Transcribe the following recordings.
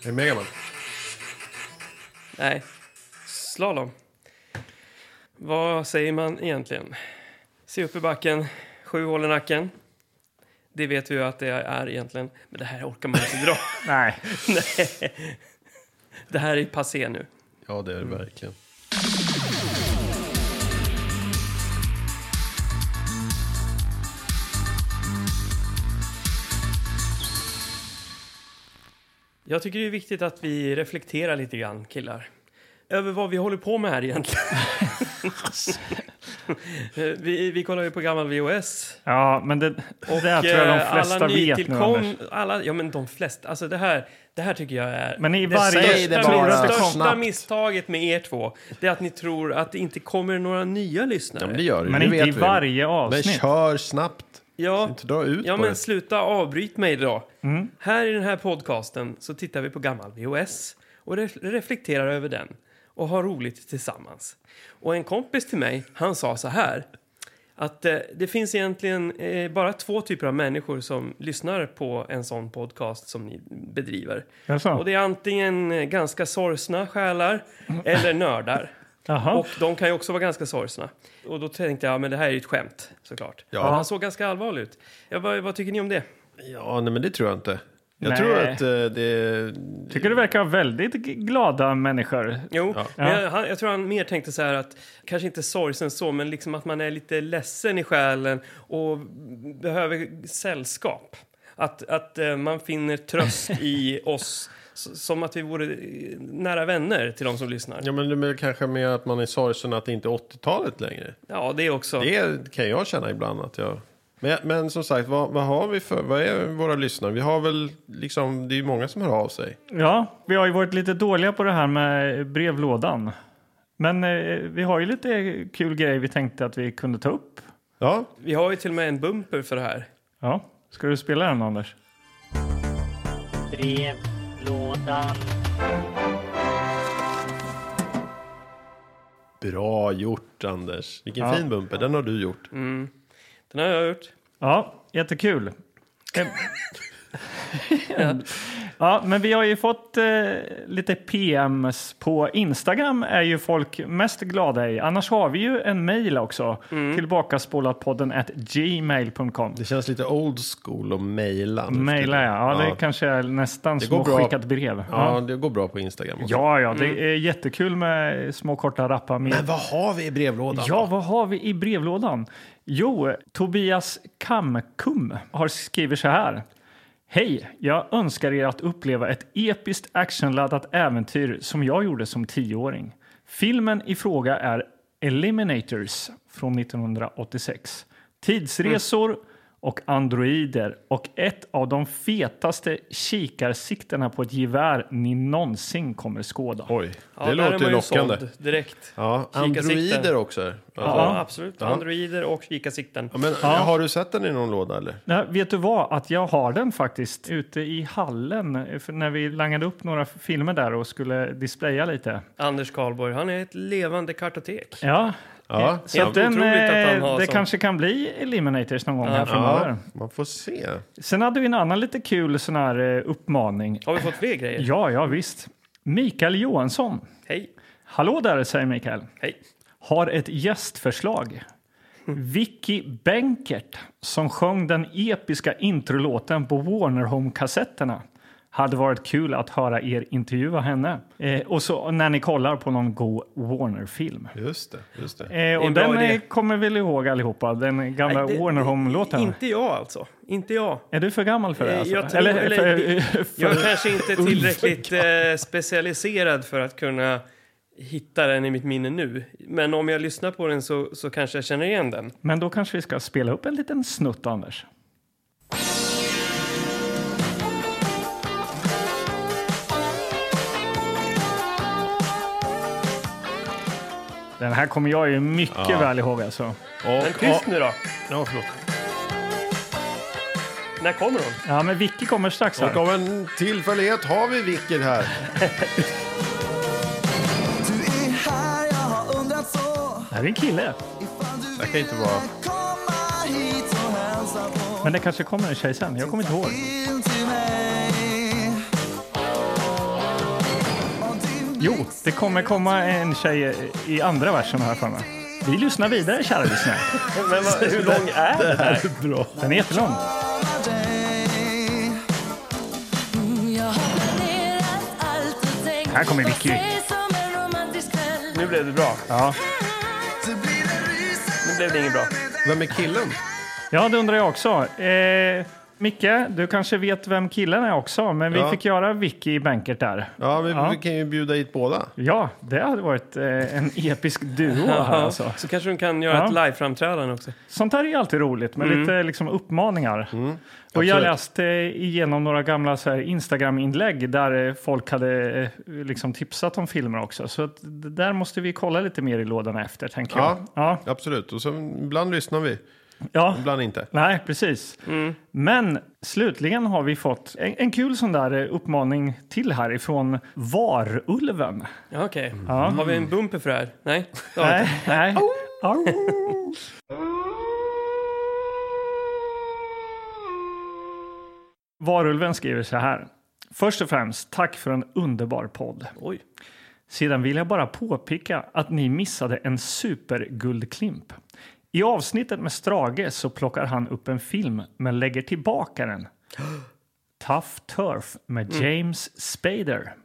Är det Megaman? Nej. Slalom. Vad säger man egentligen? Se upp i backen, 7 hål i nacken. Det vet vi ju att det är egentligen. Men det här orkar man inte dra. Nej. Nej. Det här är passé nu. Ja, det är det verkligen. Jag tycker det är viktigt att vi reflekterar lite grann, killar. Över vad vi håller på med här egentligen. vi kollar ju på gammal VHS. Ja, men det tror jag de flesta vet nu, Anders. Ja, men de flesta. Alltså det här tycker jag är... Men i varje... Det största misstaget med er två, det är att ni tror att det inte kommer några nya lyssnare. Ja, men det gör det. Men det inte vet i vi. varje avsnitt. Men kör snabbt. Ja, inte dra ut ja på men det. sluta avbryt mig då. Här i den här podcasten så tittar vi på gammal VHS och reflekterar över den och har roligt tillsammans. Och en kompis till mig, han sa så här att det finns egentligen bara 2 typer av människor som lyssnar på en sån podcast som ni bedriver. Jaså? Och det är antingen ganska sorgsna själar eller nördar. Jaha. Och de kan ju också vara ganska sorgsna. Och då tänkte jag, men det här är ju ett skämt, såklart. Ja. Han såg ganska allvarlig ut. Ja, vad tycker ni om det? Ja, nej, men det tror jag inte. Jag Nej. tror att det... Tycker du verkar väldigt glada människor. Jo, Ja. men jag tror han mer tänkte så här att kanske inte sorgsen så, men liksom att man är lite ledsen i själen och behöver sällskap. Att man finner tröst i oss som att vi vore nära vänner till de som lyssnar. Ja, men det är kanske mer att man är sorgsen att det inte är 80-talet längre. Ja, det också. Det kan jag känna ibland att jag... Men som sagt, vad har vi för... Vad är våra lyssnare? Vi har väl liksom... Det är ju många som hör av sig. Ja, vi har ju varit lite dåliga på det här med brevlådan. Men vi har ju lite kul grejer vi tänkte att vi kunde ta upp. Ja. Vi har ju till och med en bumper för det här. Ja, ska du spela den, Anders? Brevlådan. Bra gjort, Anders. Vilken fin bumper. Den har du gjort. Den har jag gjort. Ja, jättekul. Ja, men vi har ju fått lite PMs på Instagram är ju folk mest glada i. Annars har vi ju en mejl också. Tillbakaspolatpodden@gmail.com. Det känns lite old school att mejla. Mejla, ja. Det kanske är nästan det går småskickat brev. Ja, det går bra på Instagram också. Ja, det är jättekul med små korta rappar. Men vad har vi i brevlådan? Ja, vad har vi i brevlådan? Jo, Tobias Kamkum har skrivit så här. Hej, jag önskar er att uppleva ett episkt actionladdat äventyr som jag gjorde som 10-åring. Filmen i fråga är Eliminators från 1986. Tidsresor och androider och ett av de fetaste kikarsiktena på ett gevär ni någonsin kommer skåda. Oj, Ja, det låter lockande. Direkt. Ja, androider också. Ja, absolut. Ja. Androider och kikarsikten. Ja, men har du sett den i någon låda eller? Ja, vet du vad? Att jag har den faktiskt ute i hallen för när vi langade upp några filmer där och skulle displaya lite. Anders Karlborg, han är ett levande kartotek. Ja. Ja, Så att den, det kanske kan bli Eliminators någon gång här framöver. Ja, man får se. Sen hade vi en annan lite kul sån här uppmaning. Har vi fått fler grejer? Ja, visst. Mikael Johansson. Hej. Hallå där, säger Mikael. Hej. Har ett gästförslag. Vicky Benkert som sjöng den episka introlåten på Warner Home-kassetterna. Hade varit kul att höra er intervjua henne. Och så när ni kollar på någon god Warner-film. Just det. Och den kommer väl ihåg allihopa, den gamla Warner Home-låten. Inte jag alltså. Inte jag. Är du för gammal för det? Alltså? Jag är kanske inte tillräckligt specialiserad för att kunna hitta den i mitt minne nu. Men om jag lyssnar på den så kanske jag känner igen den. Men då kanske vi ska spela upp en liten snutt, Anders. Den här kommer jag ju mycket väl ihåg alltså. Men tyst nu då. Ja, förlåt. När kommer hon? Ja, men Vicky kommer strax här. Och av en tillfällighet har vi Vicky här. Det här är en kille. Det kan inte vara... Men det kanske kommer en tjej sen. Jag kommer inte ihåg. Jo, det kommer komma en tjej i andra versen här för mig. Vi lyssnar vidare, kära lyssnare. Men hur lång är den här? Bra. Den är jättelång. Här kommer Vicky. Nu blev det bra. Ja. Nu blev det inget bra. Vem är killen? Ja, det undrar jag också. Micke, du kanske vet vem killen är också, men vi Ja. fick göra Vicky i bänket där. Ja, vi kan ju bjuda hit båda. Ja, det hade varit en episk duo här alltså. Så kanske de kan göra ett live-framträdande också. Sånt här är alltid roligt med lite liksom uppmaningar. Och jag absolut. läste igenom några gamla så här Instagram-inlägg där folk hade liksom tipsat om filmer också. Så att det där måste vi kolla lite mer i lådan efter, tänker jag. Ja. Absolut. Och så ibland lyssnar vi, Ja. ibland inte. Nej, precis. Men slutligen har vi fått en kul sån där uppmaning till här ifrån Varulven. Ja, okej. Har vi en bumper för det här? Nej? Nej. Varulven skriver så här. Först och främst, tack för en underbar podd. Oj. Sedan vill jag bara påpeka att ni missade en superguldklimp. I avsnittet med Strage så plockar han upp en film men lägger tillbaka den. Tough Turf med James Spader.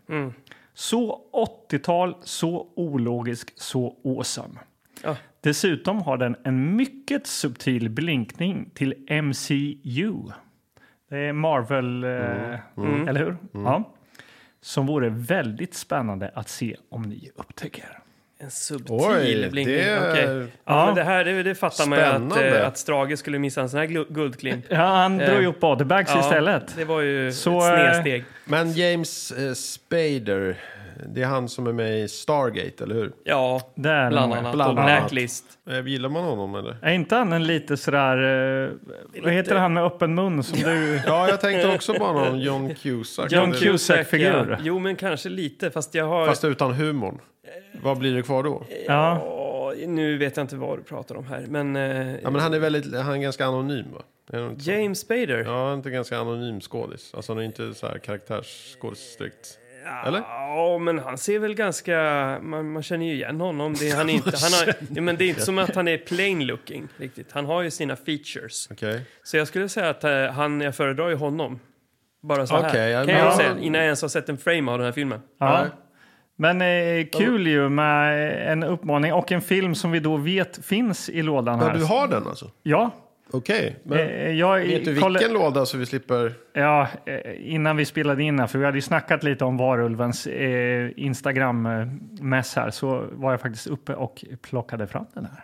Så 80-tal, så ologisk, så awesome. Ja. Dessutom har den en mycket subtil blinkning till MCU. Det är Marvel, eller hur? Ja. Som vore väldigt spännande att se om ni upptäcker. En subtil blinkning. det- Okej. Ja, men det här det fattar man Spännande. ju att Strage skulle missa en sån här guldklimp. Ja, han drog ju upp bodybags istället. Det var ju Så, ett snedsteg. Men James Spader, det är han som är med i Stargate, eller hur? Ja, Det är bland nog- annat. Bland Och annat. Blacklist. Gillar man honom, eller? Är inte han en lite sådär... vad heter han med öppen mun som du... Ja, jag tänkte också på honom, John Cusack. John Eller- Cusack-figur. Ja. Jo, men kanske lite. Fast jag har... Fast utan humorn. Vad blir det kvar då? Ja. Nu vet jag inte vad du pratar om här. Men, Ja, men han är ganska anonym, va? Är han inte så? James Spader. Ja, han är inte ganska anonym skådis. Alltså han är inte så här karaktärsskådis direkt. Eller? Ja, men han ser väl ganska... Man känner ju igen honom. Det är, han är inte, men det är inte som att han är plain looking, riktigt. Han har ju sina features. Okej. Så jag skulle säga att jag föredrar ju honom. Bara så Okej, här. ja, Kan men- jag säga, innan jag ens har sett en frame av den här filmen. Ja. Nej. Men kul ju med en uppmaning och en film som vi då vet finns i lådan Ja, här. du har den alltså? Ja. Okej. Men Jag vet du kolla- vilken låda så vi slipper... Ja, innan vi spelade in här, för vi hade ju snackat lite om Varulvens Instagram-mäss här, så var jag faktiskt uppe och plockade fram den här.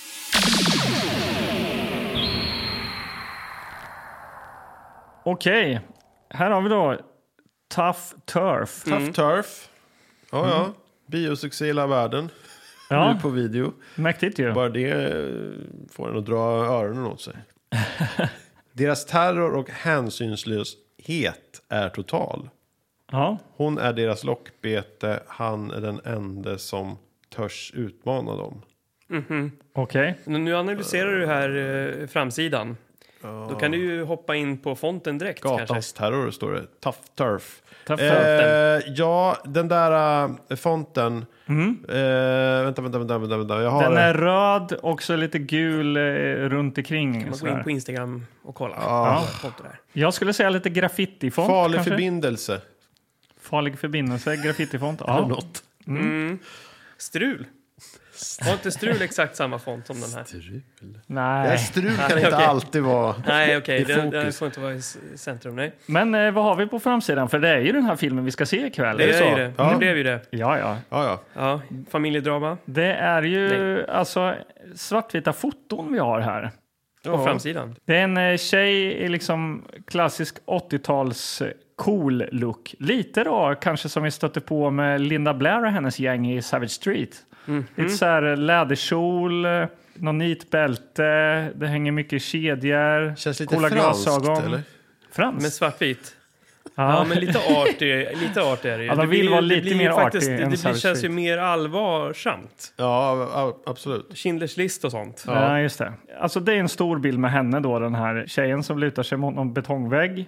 Okej, här har vi då Tough Turf. Tough Turf. Ja, ja. Biosuccé i hela världen. Ja, Nu på video. mäktigt ju. Bara det får en att dra öronen åt sig. Deras terror och hänsynslöshet är total. Ja, Hon är deras lockbete. Han är den enda som törs utmana dem. okej. Nu analyserar du här framsidan. Då kan du ju hoppa in på fonten direkt kanske. Gatans terror står det. Tough Turf. Tough Turf. Ja, den där fonten. Vänta. Jag har Den det. är röd och så lite gul runt omkring. Man går sådär. in på Instagram och kolla. Ja. Konto där. Jag skulle säga lite graffitifont. Farlig kanske? förbindelse. Farlig förbindelse, graffitifont. Eller Ja. något. Strul. Var inte Strul exakt samma font som den här? Nej. Strul kan inte Okej. alltid vara Nej, okej. i Den fokus. får inte vara i centrum. Nej. Men vad har vi på framsidan? För det är ju den här filmen vi ska se ikväll. Det Är det är så? ju det. Ja. Det blev ju det. Ja. Ja, ja. Ja, familjedrama Det är ju alltså svartvita foton vi har här. på Ja. framsidan. Det är en tjej i liksom klassisk 80-tals cool look. Lite då kanske som vi stötte på med Linda Blair och hennes gäng i Savage Street. Lite så här läderkjol, någon nitbälte, det hänger mycket kedjor, Känns lite coola franskt, glasögon. eller? Frans? Med svartvit. Ja. Ja, men lite art är det ju. Ja, de Det blir vill ju- vara det lite blir ju mer faktiskt, arty än det Savage känns ju Street. mer allvarsamt. Ja, absolut. Schindler's list och sånt. Ja, just det. Alltså det är en stor bild med henne då, den här tjejen som lutar sig mot någon betongvägg.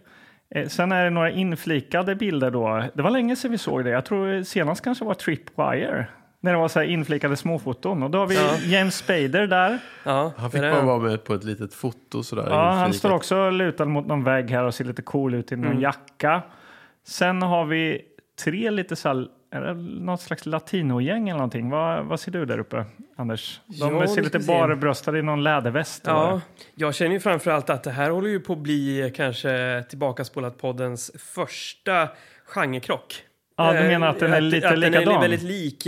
Sen är det några inflikade bilder då. Det var länge sedan vi såg det. Jag tror senast kanske var Tripwire. När det var så här inflikade småfoton. Och då har vi James Spader där. Ja, Han fick bara vara med på ett litet foto sådär. Ja, han inflikat. står också lutad mot någon vägg här och ser lite cool ut i någon jacka. Sen har vi 3 lite så här, är det något slags latinogäng eller någonting? Vad ser du där uppe, Anders? De ser lite barbröstade i någon läderväst. Ja, jag känner ju framförallt att det här håller ju på att bli kanske Tillbakaspolat-poddens första genrekrock. Ja, du menar att den är lite likadan? Den är väldigt lik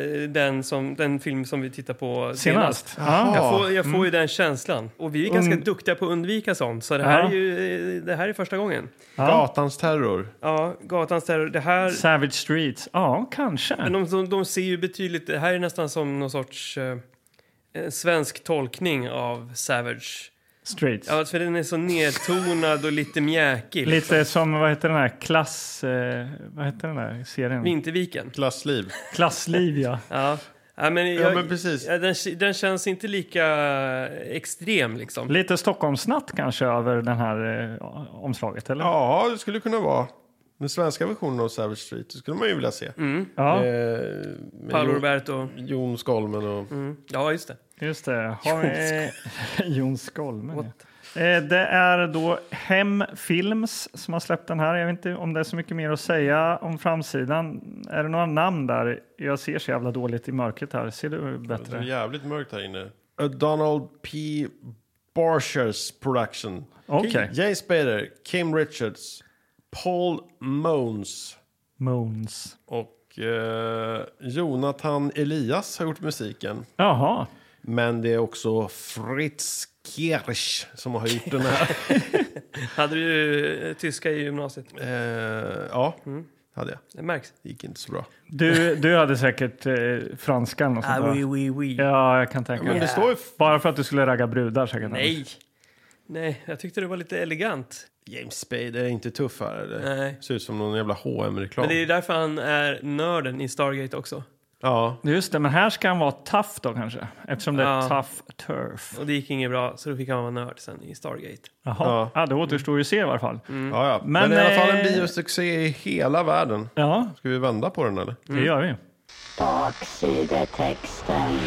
den film som vi tittar på senast. Jag får ju den känslan. Och vi är ganska duktiga på att undvika sånt. Så det här är första gången. Ja. Gatans terror. Ja, Gatans terror. Det här... Savage Streets. Ja, kanske. Men de ser ju betydligt... Det här är nästan som någon sorts svensk tolkning av Savage Streets. Ja, för den är så nedtonad och lite mjäkig. Lite som, vad heter den här vad heter den där serien? Vinterviken. Klassliv. Klassliv, ja. Ja, men men precis. Den känns inte lika extrem liksom. Lite Stockholmsnatt kanske över den här omslaget, eller? Ja, det skulle kunna vara. Den svenska versionen av Savage Street, det skulle man ju vilja se. Ja. Paolo Roberto. Jon Skolmen och... Ja, just det. Just det. Jon Skolmen. Det är då Hem Films som har släppt den här. Jag vet inte om det är så mycket mer att säga om framsidan. Är det några namn där? Jag ser så jävla dåligt i mörkret här. Ser du bättre? Det är jävligt mörkt här inne. A Donald P. Borchers production. Okej. Jay Spader, Kim Richards, Paul Mones och Jonathan Elias har gjort musiken. Jaha. Men det är också Fritz Kirsch som har gjort den här. Hade du tyska i gymnasiet? Ja, hade jag. Det märks. Det gick inte så bra. Du hade säkert franska. Och sånt oui. Ja, jag kan tänka mig. Men det står ju... Bara för att du skulle ragga brudar säkert. Nej, jag tyckte det var lite elegant. James Spader är inte tuffare. Det Nej. ser ut som någon jävla H&M-reklam. Men det är ju därför han är nörden i Stargate också. Ja. Just det, men här ska han vara tough då kanske. Eftersom det är tough turf. Och det gick inget bra, så då fick han vara nörd sen i Stargate. Jaha, ja. Det återstår ju att se i alla fall. Ja. Men i alla fall en biosuccé i hela världen. Ja. Ska vi vända på den eller? Det gör vi. Baksidetexten.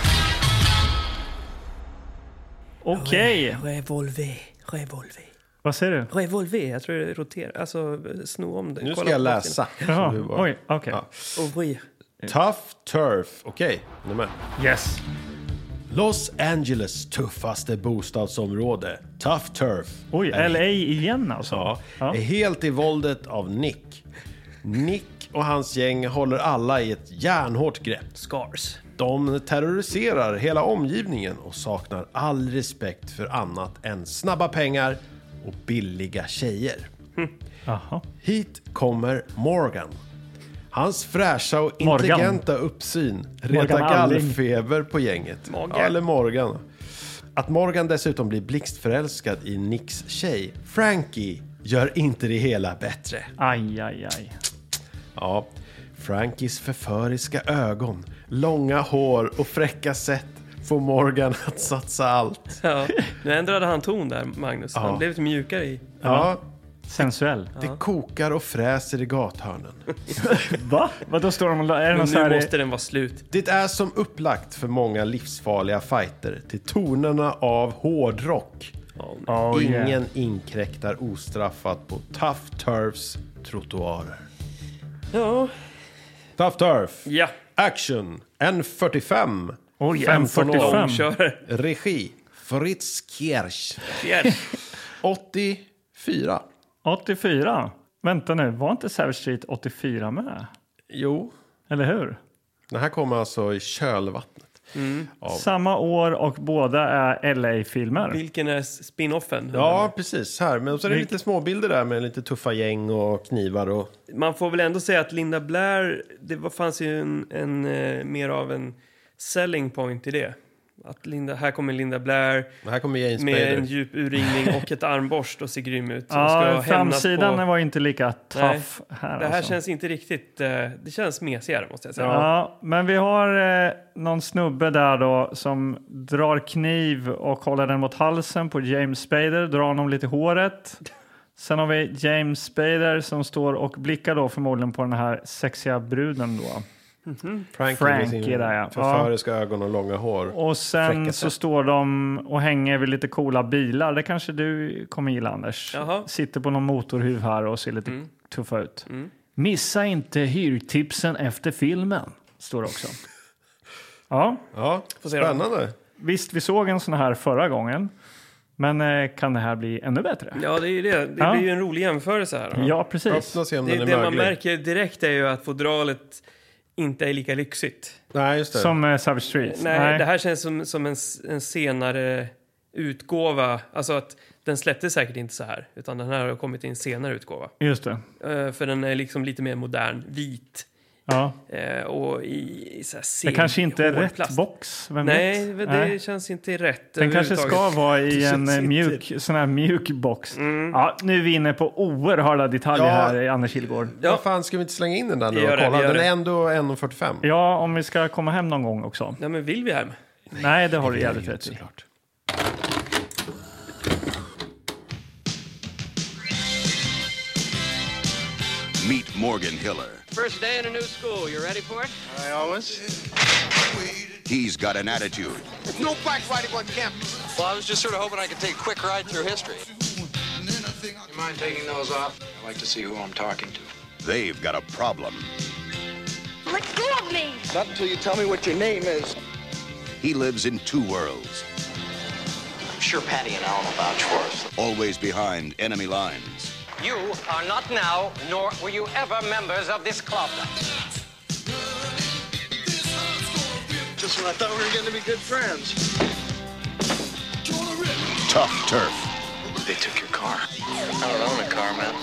Okej. Revolver. Vad säger du? Revolver, jag tror det roterar. Alltså, sno om det. Nu ska jag läsa. Jaha, oj, okej. Ja. Ouvrir. Tough Turf. Okej, nu med. Yes. Los Angeles tuffaste bostadsområde, Tough Turf. Oj, LA igen alltså. Ja, är helt i våldet av Nick. Nick och hans gäng håller alla i ett järnhårt grepp. Scars. De terroriserar hela omgivningen och saknar all respekt för annat än snabba pengar och billiga tjejer. Aha. Hit kommer Morgan. Hans fräscha och intelligenta uppsyn retar gallfeber på gänget. Ja, eller Morgan. Att Morgan dessutom blir blixtförälskad i Nicks tjej, Frankie, gör inte det hela bättre. Aj. Ja, Frankies förföriska ögon, långa hår och fräcka sätt får Morgan att satsa allt. Ja, nu ändrade han ton där, Magnus. Han blev lite mjukare i. Ja, sensuell. det kokar och fräser i gathörnen. Va? Vad då står de och... Är det Men nu här måste den vara slut. Det är som upplagt för många livsfarliga fighter till tonerna av hårdrock. Ingen inkräktar ostraffat på Tough Turfs trottoarer. Ja. Tough Turf. Ja. Action. N45. Oj, 15 år. N45. Kör. Regi. Fritz Kirsch. Fjärde. 84. 84. Vänta nu, var inte Savage Street 84 med? Jo. Eller hur? Den här kommer alltså i kölvattnet. Samma år och båda är LA-filmer. Vilken är spin-offen? Ja, precis. Här. Men så är det lite småbilder där med lite tuffa gäng och knivar. Och... Man får väl ändå säga att Linda Blair, fanns ju en mer av en selling point i det. Att här kommer Linda Blair här kommer James med Spader. en djup urringning och ett armborst och ser grym ut. Ja, framsidan var inte lika tough här. Det här alltså. känns inte riktigt... det känns mesigare, måste jag säga. Ja, men vi har någon snubbe där då som drar kniv och håller den mot halsen på James Spader. Drar honom lite i håret. Sen har vi James Spader som står och blickar då förmodligen på den här sexiga bruden då. Frankie där, ja. Förföriska ögon och långa hår. Och sen så står de och hänger vid lite coola bilar. Det kanske du kommer gilla, Anders. Jaha. Sitter på någon motorhuv här och ser lite tuffa ut. Missa inte hyrtipsen efter filmen, står det också. Ja, spännande. Visst, vi såg en sån här förra gången. Men kan det här bli ännu bättre? Ja, det är ju det. Det blir ju en rolig jämförelse här. Då. Ja, precis. Det man märker direkt är ju att fodralet inte är lika lyxigt. Nej, just det. Som Savage Street. Nej, det här känns som en senare utgåva. Alltså att den släppte säkert inte så här. Utan den här har kommit i en senare utgåva. Just det. För den är liksom lite mer modern, vit. Ja. Och i så här det kanske inte är rätt box. Nej, det känns inte rätt. Den kanske ska vara i en mjuk box. Ja, nu är vi inne på oerhörda detaljer här, Anders Kilgård. Ja, vad fan, ska vi inte slänga in den där nu och kolla? Den är ändå 1,45. Ja, om vi ska komma hem någon gång också. Ja, men vill vi hem? Nej, det har du jävligt rätt i. Meet Morgan Hiller. First day in a new school. You ready for it? I always. He's got an attitude. There's no backsliding on campus. Well, I was just sort of hoping I could take a quick ride through history. You mind taking those off? I like to see who I'm talking to. They've got a problem. Let go of me! Not until you tell me what your name is. He lives in two worlds. I'm sure Patty and Alan will vouch for us. Always behind enemy lines. You are not now, nor were you ever members of this club. Just when I thought we were going to be good friends. Tough turf. They took your car. I don't own a car, man.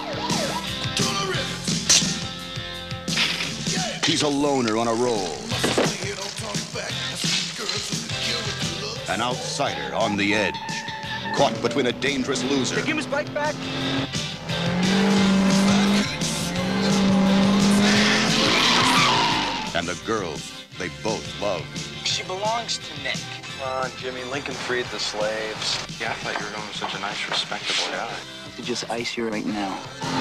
He's a loner on a roll. An outsider on the edge. Caught between a dangerous loser. Give his bike back. And the girls they both love. She belongs to Nick. Come on, Jimmy. Lincoln freed the slaves. Yeah, I thought you were going with such a nice, respectable guy. I could just ice you right now.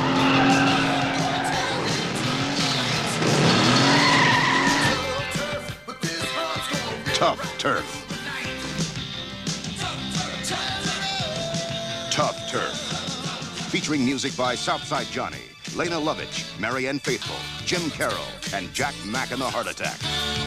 Tough turf. Tough turf. Featuring music by Southside Johnny, Lena Lovitch, Marianne Faithfull, Jim Carroll, and Jack Mack and the Heart Attack.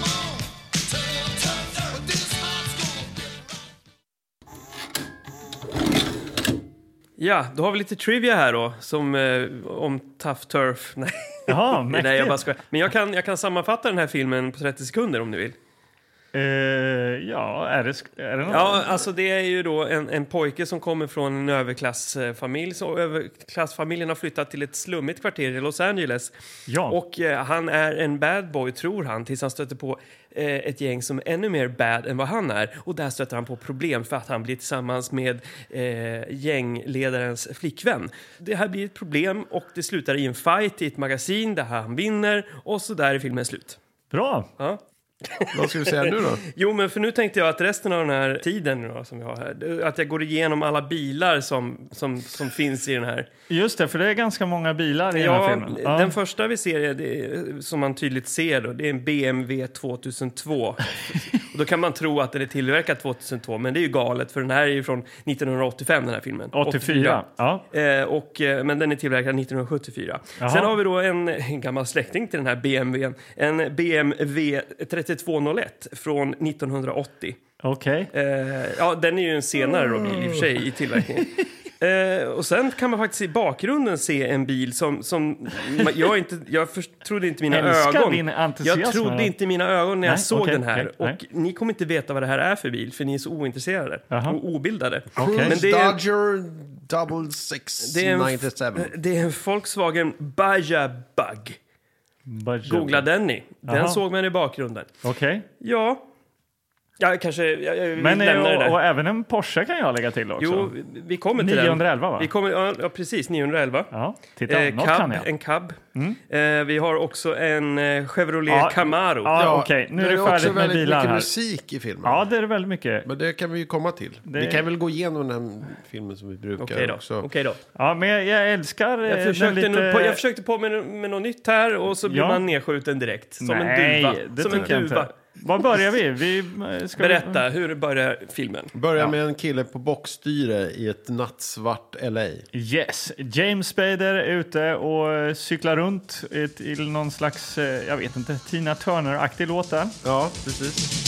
Ja, då har vi lite trivia här då, som om Tough Turf. Nej, Jaha, nej, jag bara skojar. Men jag kan sammanfatta den här filmen på 30 sekunder om ni vill. Ja, är det något? Ja, alltså det är ju då en pojke som kommer från en överklassfamilj. Så överklassfamiljen har flyttat till ett slummigt kvarter i Los Angeles. Ja. Och han är en bad boy, tror han, tills han stöter på ett gäng som är ännu mer bad än vad han är. Och där stöter han på problem för att han blir tillsammans med gängledarens flickvän. Det här blir ett problem och det slutar i en fight i ett magasin där han vinner. Och så där är filmen slut. Bra! Ja. Vad ska vi säga nu då? Jo, men för nu tänkte jag att resten av den här tiden då, som vi har här, att jag går igenom alla bilar som finns i den här. Just det, för det är ganska många bilar i den här filmen. Ja, den första vi ser, det, som man tydligt ser då, det är en BMW 2002. Och då kan man tro att den är tillverkad 2002, men det är ju galet, för den här är ju från 1985, den här filmen. 84. Ja. Men den är tillverkad 1974. Jaha. Sen har vi då en gammal släkting till den här BMWn. En BMW 3201 från 1980. Okej. Ja, den är ju en senare då, bil i och för sig i tillverkningen. Och sen kan man faktiskt i bakgrunden se en bil som trodde inte mina ögon. Jag trodde inte mina ögon när jag såg den här. Och ni kommer inte veta vad det här är för bil, för ni är så ointresserade och obildade. Men det är Dodger 6697. Det är en Volkswagen Baja Bug. Googla den ni. Den såg man i bakgrunden. Okej. Ja. Ja, kanske. Vi Men lämnar det där. och även en Porsche kan jag lägga till också. Jo, vi kommer till 911 den. va? Vi kommer, ja, precis. 911. Ja, titta. Något kan jag. En cab. Vi har också en Chevrolet Camaro. Ja, okej. Nu är det färdigt med bilar här. Det är väldigt mycket musik i filmen. Ja, det är det väldigt mycket. Men det kan vi ju komma till. Vi kan väl gå igenom den här filmen som vi brukar också. Okej då. Ja, men jag älskar Jag försökte på med något nytt här och så blir man nedskjuten direkt. Som en duva. Det som en tycker jag duva. inte. Var börjar vi? Berätta, hur börjar filmen? Börjar med en kille på bockstyre i ett nattsvart LA. Yes, James Spader är ute och cyklar runt till någon slags, jag vet inte, Tina Turner-aktig låt där. Ja, precis.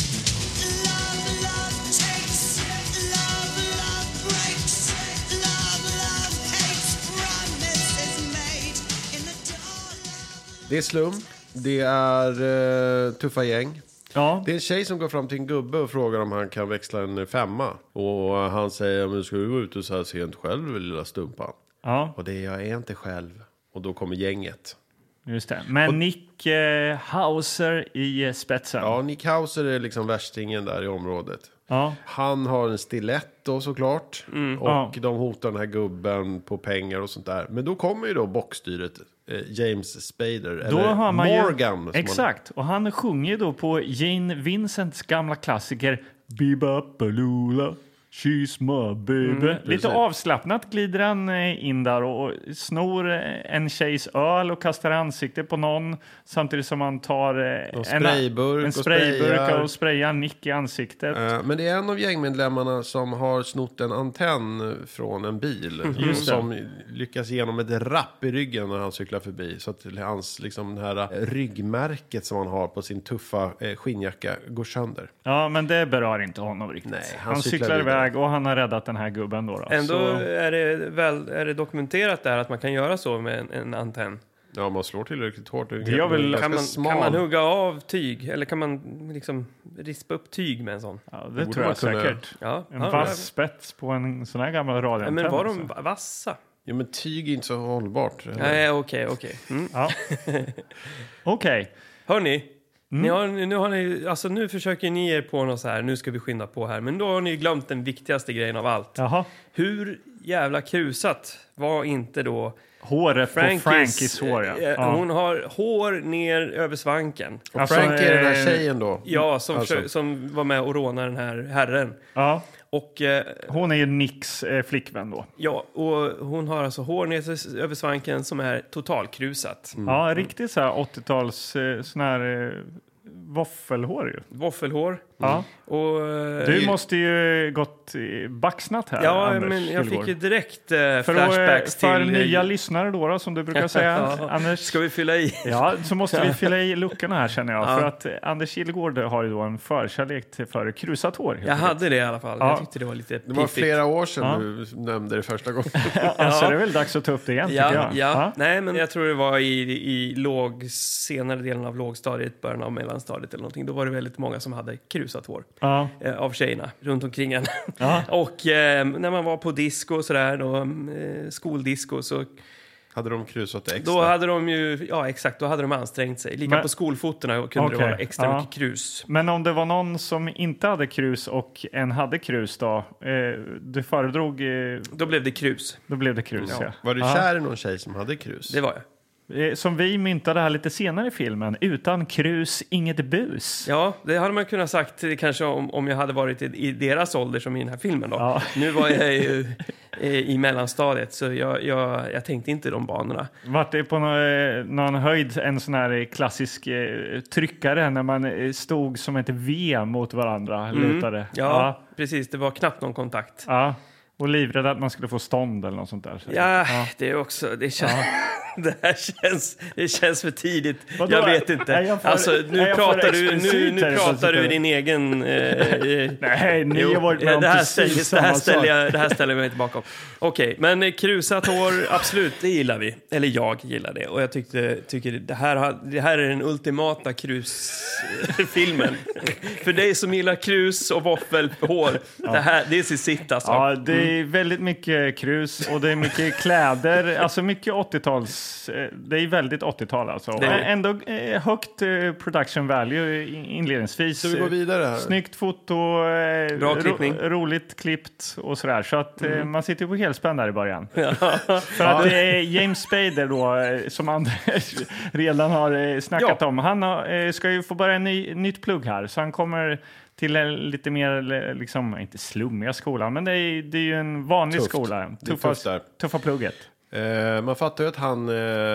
Det är slum, det är tuffa gäng. Ja. Det är en tjej som går fram till en gubbe och frågar om han kan växla en 5. Och han säger, men ska du gå ut och så här sent själv, lilla stumpan? Ja. Och det är jag är inte själv. Och då kommer gänget. Just det. Men Nick Hauser i spetsen. Ja, Nick Hauser är liksom värstingen där i området. Ja. Han har en stiletto såklart. Och de hotar den här gubben på pengar och sånt där. Men då kommer ju då bockstyret James Spader. Då eller har man Morgan. Ju, exakt. Och han sjunger då på Jane Vincents gamla klassiker Bebop-a-lula, she's my baby. Lite avslappnat glider han in där och snor en tjejs öl och kastar ansiktet på någon samtidigt som han tar en sprayburk och sprayar Nick i ansiktet. Men det är en av gängmedlemmarna som har snott en antenn från en bil som lyckas genom ett rapp i ryggen när han cyklar förbi, så att hans liksom det här ryggmärket som han har på sin tuffa skinnjacka går sönder. Ja, men det berör inte honom riktigt. Nej, han cyklar iväg och han har räddat den här gubben då. Ändå är det dokumenterat där att man kan göra så med en antenn. Ja, man slår tillräckligt hårt. Kan man hugga av tyg? Eller kan man liksom rispa upp tyg med en sån? Ja, det tror jag säkert. Ja. En vass spets på en sån här gammal radioantenn. Men var de vassa? Ja, men tyg är inte så hållbart. Nej, okej. Ja. Okej. Hörni, nu försöker ni er på något så här, nu ska vi skynda på här. Men då har ni glömt den viktigaste grejen av allt. Jaha. Hur jävla krusat var inte då håret på Frankies hår, ja. Hon har hår ner över svanken. Och alltså, Frank är den här tjejen då? Ja, som var med och rånade den här herren. Ja. Och, hon är ju Nicks flickvän då. Ja, och hon har alltså hår ner över svanken som är totalkrusat. Ja, riktigt så här 80-tals sån här våffelhår ju. Våffelhår. Ja. Och, du måste ju gått baxnat här, ja, Anders, men jag fick ju direkt flashbacks för nya lyssnare då som du brukar säga. Ja, Anders, ska vi fylla i? Ja, så måste vi fylla i luckorna här känner jag. Ja. För att Anders Kilgård har ju då en förkärlek för krusat hår. Jag hade det i alla fall. Ja. Jag tyckte det var lite piffigt. Det var flera år sedan du nämnde det första gången. Alltså det är väl dags att ta upp det igen, tycker jag. Ja. Nej, men jag tror det var i senare delen av lågstadiet, början av mellanstadiet eller någonting. Då var det väldigt många som hade krusat hår. Ja. Av tjejerna runt omkring en. Ja. Och när man var på disco och sådär då, skoldisco, så hade de krusat extra? Då hade de ju, ja exakt, då hade de ansträngt sig. Lika på skolfotorna kunde det vara extra mycket krus. Men om det var någon som inte hade krus och en hade krus då, du föredrog... Då blev det krus. Då blev det krus, ja. Var du kär i någon tjej som hade krus? Det var jag. Som vi myntade här lite senare i filmen. Utan krus, inget bus. Ja, det hade man kunnat sagt kanske om jag hade varit i deras ålder som i den här filmen då. Ja. Nu var jag ju i mellanstadiet så jag tänkte inte de banorna. Vart det på någon höjd en sån här klassisk tryckare när man stod som ett V mot varandra, lutade. Ja, precis. Det var knappt någon kontakt. Ja. Och livrädd att man skulle få stånd eller något sånt där. Ja, det är också... Det känns för tidigt. Vadå? Jag vet inte. Nu pratar du i din egen... Nej, ni har varit med om precis samma sak. Det här ställer jag mig inte bakom. Okej, men krusat hår, absolut, det gillar vi. Eller jag gillar det. Och jag tycker det här är den ultimata krusfilmen. För dig som gillar krus och våffelhår, det är sitt alltså. Ja, det är väldigt mycket krus och det är mycket kläder. Alltså mycket 80-tals. Det är väldigt 80-tal alltså. Ändå högt production value inledningsvis. Så vi går vidare här. Snyggt foto, roligt klippt och sådär. Så att man sitter på helspänn där i början. För att det är James Spader då, som Anders redan har snackat om. Han ska ju få börja en nytt plugg här. Så han kommer till en lite mer, liksom, inte slummiga skolan, men det är ju en vanlig skola. Tuffa plugget. Man fattar ju att han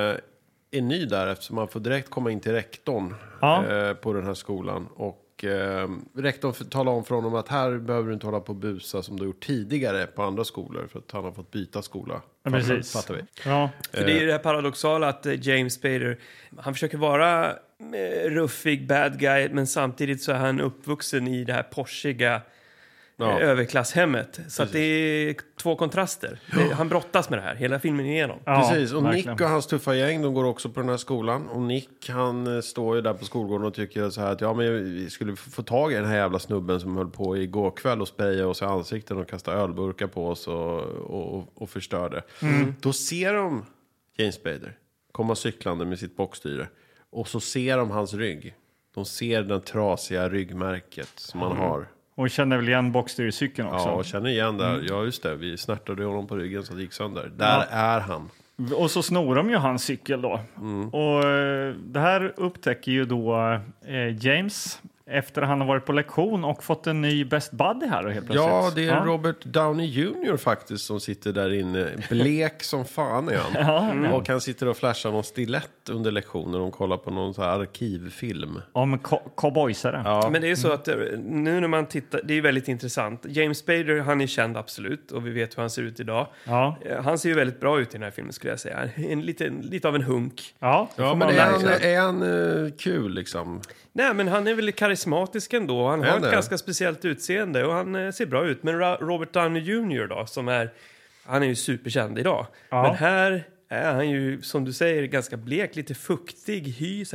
är ny där eftersom man får direkt komma in till rektorn på den här skolan. Och rektorn talar om för honom att här behöver du inte hålla på och busa som du gjort tidigare på andra skolor för att han har fått byta skola. Precis. Fattar vi. Ja. För det är ju det här paradoxala att James Spader, han försöker vara ruffig bad guy, men samtidigt så är han uppvuxen i det här porschiga överklasshemmet. Så att det är två kontraster. Han brottas med det här hela filmen igenom. Ja, precis, och verkligen. Nick och hans tuffa gäng, de går också på den här skolan. Och Nick, han står ju där på skolgården och tycker så här att men vi skulle få tag i den här jävla snubben som höll på igår kväll och sprayade oss i ansikten och kastade ölburkar på oss och förstörde. Då ser de James Spader komma cyklande med sitt bockstyre. Och så ser de hans rygg. De ser den trasiga ryggmärket som han har. Och känner väl igen boxstyrcykeln också. Ja, och känner igen där. Ja, just det. Vi snärtade honom på ryggen så det gick sönder. Där är han. Och så snor de ju hans cykel då. Och det här upptäcker ju då James efter han har varit på lektion och fått en ny best buddy här och helt plötsligt. Ja, det är Robert Downey Jr. faktiskt som sitter där inne. Blek som fan är han. Och han sitter och flashar någon stilett under lektioner. De kollar på någon så här arkivfilm. Om cowboysare. Ja. Men det är så att nu när man tittar, det är väldigt intressant. James Spader, han är känd absolut och vi vet hur han ser ut idag. Ja. Han ser ju väldigt bra ut i den här filmen skulle jag säga. Lite av en hunk. Ja, men är han kul liksom? Nej, men han är väl karismatisk ändå. Han har ett ganska speciellt utseende och han ser bra ut. Men Robert Downey Jr. då, han är ju superkänd idag. Ja. Men här är han ju, som du säger, ganska blek, lite fuktig, så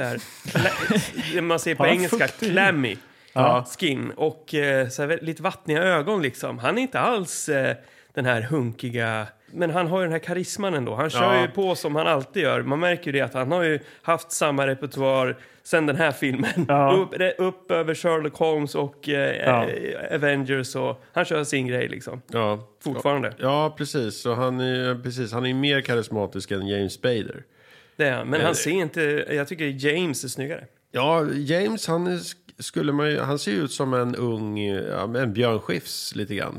här. Man ser på engelska, clammy skin och så här, lite vattniga ögon liksom. Han är inte alls den här hunkiga... Men han har ju den här karisman ändå. Han kör ju på som han alltid gör. Man märker ju det att han har ju haft samma repertoar sen den här filmen. Upp över Sherlock Holmes och Avengers. Och han kör sin grej liksom. Ja. Fortfarande. Ja, precis. Så han är mer karismatisk än James Spader. Det är han. Men han ser inte... Jag tycker James är snyggare. Ja, James han ser ut som en ung... en Björn Skifs lite grann.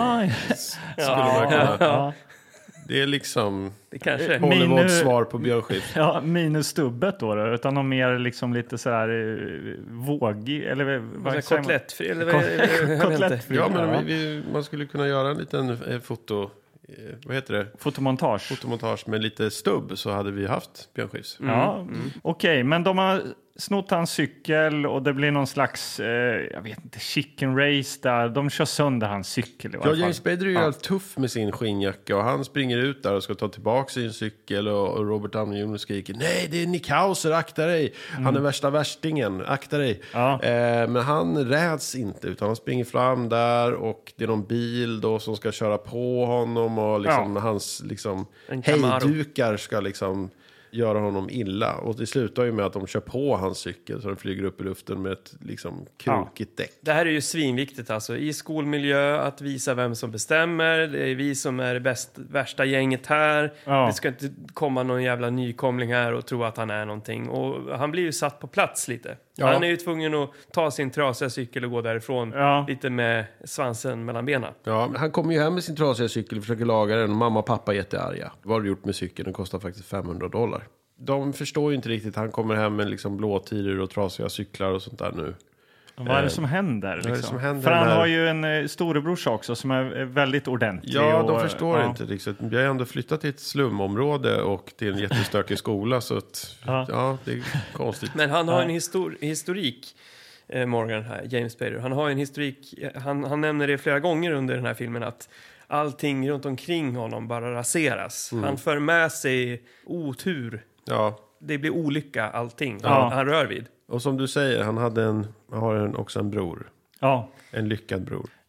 Det är liksom Hollywoods svar på Björn Skifs. Ja, minus stubbet då. Utan någon mer liksom lite så här vågig eller vad kotlettfri kotlettfri. Ja, men man skulle kunna göra en liten vad heter det? Fotomontage med lite stubb så hade vi haft Björn Skifs. Okej, men de har snott hans cykel och det blir någon slags, jag vet inte, chicken race där. De kör sönder hans cykel i varje fall. James Spader är ju helt tuff med sin skinnjacka och han springer ut där och ska ta tillbaka sin cykel och Robert Downey Jr. skriker nej, det är Nick Hauser, akta dig. Han är värsta värstingen, akta dig. Men han räds inte utan han springer fram där och det är någon bil då som ska köra på honom och liksom hans liksom hejdukar ska liksom göra honom illa. Och det slutar ju med att de kör på hans cykel så den flyger upp i luften med ett liksom krokigt däck. Det här är ju svinviktigt alltså. I skolmiljö att visa vem som bestämmer. Det är vi som är det värsta gänget här. Det ska inte komma någon jävla nykomling här och tro att han är någonting. Och han blir ju satt på plats lite. Han är ju tvungen att ta sin trasiga cykel och gå därifrån lite med svansen mellan benen. Ja, han kommer ju hem med sin trasiga cykel och försöker laga den och mamma och pappa är jättearga. Vad har du gjort med cykeln? Den kostar faktiskt $500. De förstår ju inte riktigt. Han kommer hem med liksom blåtiror och trasiga cyklar och sånt där nu. Vad är det som händer? Liksom? För han har ju en storebrorsa också som är väldigt ordentlig. Ja, de förstår inte riktigt. Vi har ändå flyttat till ett slumområde och till en jättestökig skola. Så att, det är konstigt. Men han har en historik, Morgan här, James Spader. Han har en historik, han nämner det flera gånger under den här filmen att allting runt omkring honom bara raseras. Han för med sig otur. Ja. Det blir olycka, allting han rör vid. Och som du säger, han har också en bror. Ja. En lyckad bror.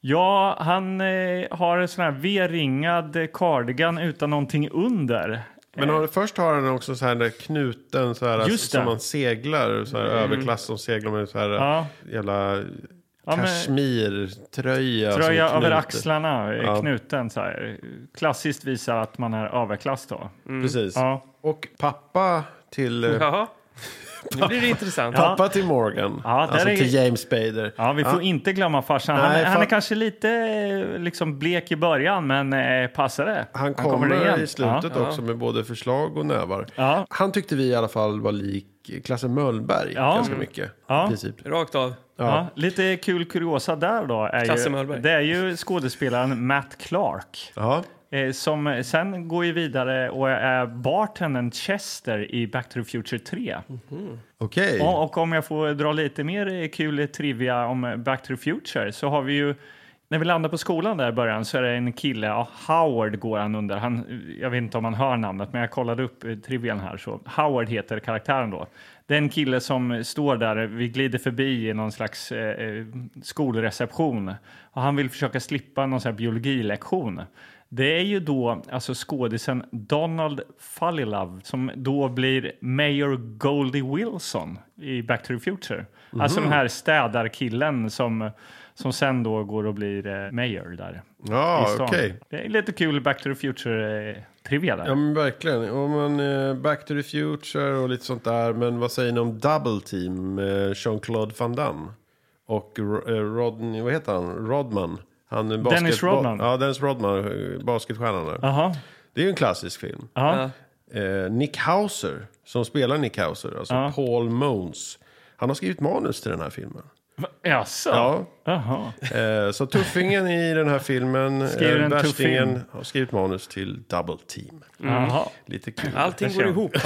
Ja, han har en sån här V-ringad cardigan utan någonting under. Men först har han också så här där knuten så här, som man seglar, så här överklass som seglar med så här jävla kashmirtröja. Tröja över axlarna, knuten så här. Klassiskt visar att man är överklass då. Precis. Ja. Och pappa till... Nu blir det intressant. Pappa till Morgan, alltså till James Spader. Ja, vi får inte glömma farsan. Han är kanske lite liksom blek i början, men passar det. Han kommer i slutet också med både förslag och nävar. Ja. Han tyckte vi i alla fall var lik Klasse Möllberg ganska mycket. I princip. Rakt av. Ja. Lite kul kuriosa där då det är ju skådespelaren Matt Clark. Ja. Som sen går ju vidare och är bartendern Chester i Back to the Future 3. Okej. Och om jag får dra lite mer kul trivia om Back to the Future så har vi ju, när vi landar på skolan där i början så är det en kille, Howard går han under. Jag vet inte om man hör namnet, men jag kollade upp trivian här. Så Howard heter karaktären då. Det är en kille som står där, vi glider förbi i någon slags skolreception. Och han vill försöka slippa någon sån här biologilektion. Det är ju då alltså skådisen Donald Fullilove som då blir Mayor Goldie Wilson i Back to the Future. Alltså den här städarkillen som sen då går och blir mayor där. Ja, okej. Det är lite kul Back to the Future trivia där. Ja, men verkligen. Om man Back to the Future och lite sånt där. Men vad säger ni om Double Team med Jean-Claude Van Damme och Rodney, vad heter han? Rodman. Dennis Rodman. Ja, Dennis Rodman, basketstjärnan där. Det är ju en klassisk film. Nick Hauser, som spelar Nick Hauser, alltså Paul Mones. Han har skrivit manus till den här filmen. Jaså? Ja. Så tuffingen i den här filmen, värstingen, har skrivit manus till Double Team. Lite kul. Allting går ihop.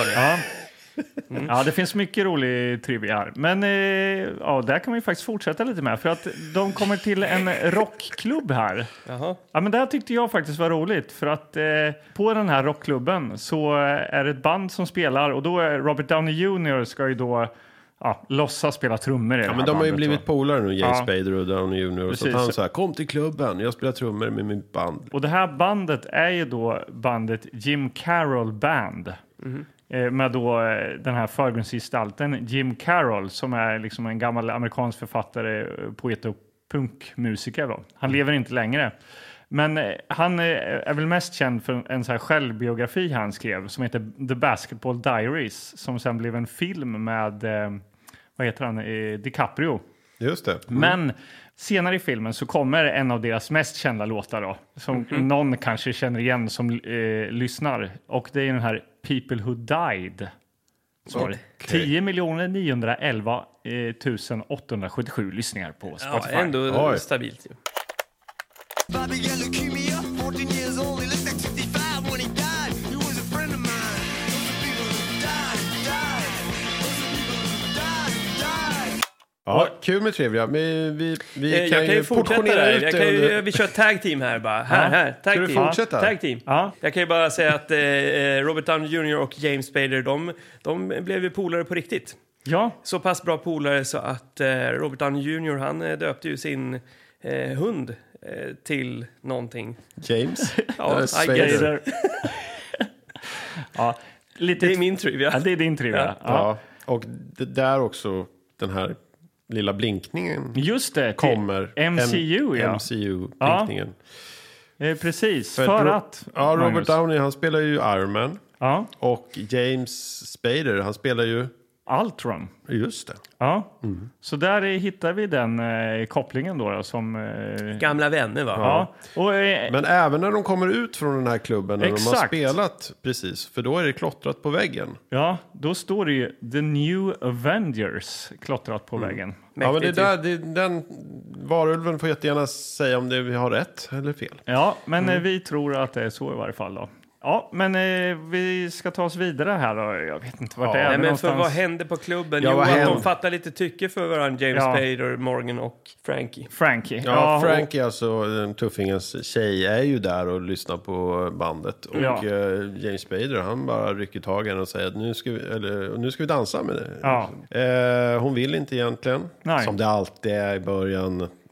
Ja, det finns mycket rolig trivia här. Men där kan vi faktiskt fortsätta lite med. För att de kommer till en rockklubb här. Ja, men det här tyckte jag faktiskt var roligt. För att på den här rockklubben så är det ett band som spelar. Och då är Robert Downey Jr. ska ju då låtsas spela trummor i det här men de har ju blivit så. polare nu, James Spader och Downey Jr. Så att han så här, kom till klubben, jag spelar trummor med min band. Och det här bandet är ju då bandet Jim Carroll Band. Med då den här förgrundsgestalten Jim Carroll som är liksom en gammal amerikansk författare, poet och punkmusiker då. Han lever inte längre. Men han är väl mest känd för en så här självbiografi han skrev som heter The Basketball Diaries som sen blev en film med vad heter han? DiCaprio. Just det. Men senare i filmen så kommer en av deras mest kända låtar då, som någon kanske känner igen som lyssnar. Och det är den här People Who Died. 10 911 877 lyssningar på Spotify. Ja, ändå stabilt ju. Ja, kul med trivia. Vi kan ju fortsätta där. Vi kör tag team här bara. Här. Tag team. Ska du fortsätta? Tag team. Ja. Jag kan ju bara säga att Robert Downey Jr. och James Spader, de blev ju polare på riktigt. Ja. Så pass bra polare så att Robert Downey Jr. han döpte ju sin hund till någonting. James? Ja, Spader. Ja, det är min trivia. Ja, det är din trivia. Ja. Och det där också, den här lilla blinkningen. Just det, kommer. MCU, MCU-blinkningen. Ja. Precis, för att... Ja, Robert Downey, han spelar ju Iron Man. Ja. Och James Spader, han spelar ju... Ultron. Just det. Ja. Så där hittar vi den kopplingen då som... Gamla vänner, va? Ja. Och, men även när de kommer ut från den här klubben, när de har spelat, precis, för då är det klottrat på väggen. Ja, då står det ju The New Avengers klottrat på väggen. Ja, men den varulven får jättegärna säga om vi har rätt eller fel. Ja, men vi tror att det är så i varje fall då. Ja, men vi ska ta oss vidare här då. Jag vet inte vart det är. Nej, men för vad hände på klubben? Jo, att de fattar lite tycke för varandra, James Spader, Morgan och Frankie. Ja, Frankie, alltså tuffingens tjej, är ju där och lyssnar på bandet. Och James Spader, han bara rycker tag i henne och säger att nu ska vi dansa med det. Ja. Hon vill inte egentligen. Nej. Som det alltid är i början.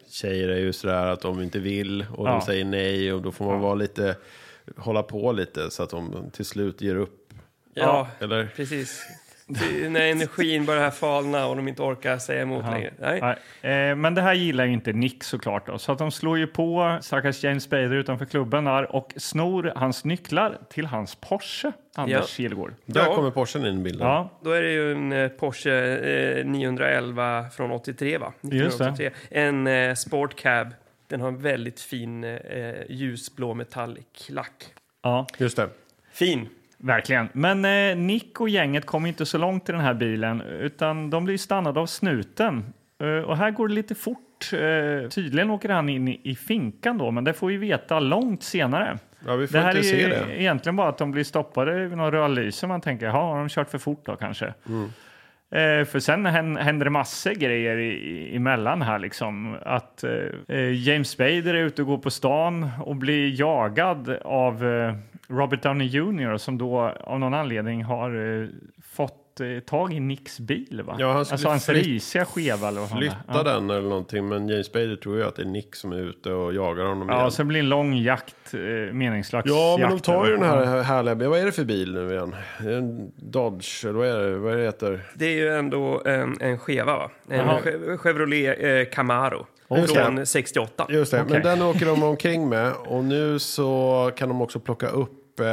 tjejer är ju sådär att de inte vill och de säger nej och då får man vara lite, hålla på lite så att de till slut ger upp. Ja, eller? Precis. När energin börjar falna och de inte orkar säga emot längre. Nej. Men det här gillar ju inte Nick såklart då. Så att de slår ju på stackars James Spader utanför klubben där och snor hans nycklar till hans Porsche, Anders Kilgård. Där kommer Porschen in i bilden. Ja. Då är det ju en Porsche 911 från 83 va? 1983. Just det. En Sport Cab. Den har en väldigt fin ljusblå metallic lack. Ja, just det. Fin. Verkligen. Men Nick och gänget kommer inte så långt i den här bilen utan de blir stannade av snuten. Och här går det lite fort. Tydligen åker han in i finkan då, men det får vi veta långt senare. Ja, vi får det här inte se är det. Egentligen bara att de blir stoppade vid någon rödlyse. Man tänker, har de kört för fort då kanske? För sen händer det massor grejer emellan här liksom. Att James Spader är ute och går på stan och blir jagad av Robert Downey Jr. som då av någon anledning har fått tag i Nicks bil va? Ja, han alltså hans risiga skeva eller vad fan flytta den eller någonting, men James Spader tror ju att det är Nick som är ute och jagar honom igen. Ja, så det blir en lång jakt, meningslags ja, men jakt, de tar ju den här härliga, vad är det för bil nu igen? En Dodge, eller vad är det heter? Det är ju ändå en skeva va? En Chevrolet Camaro. Från 68. Just det, men den åker de omkring med och nu så kan de också plocka upp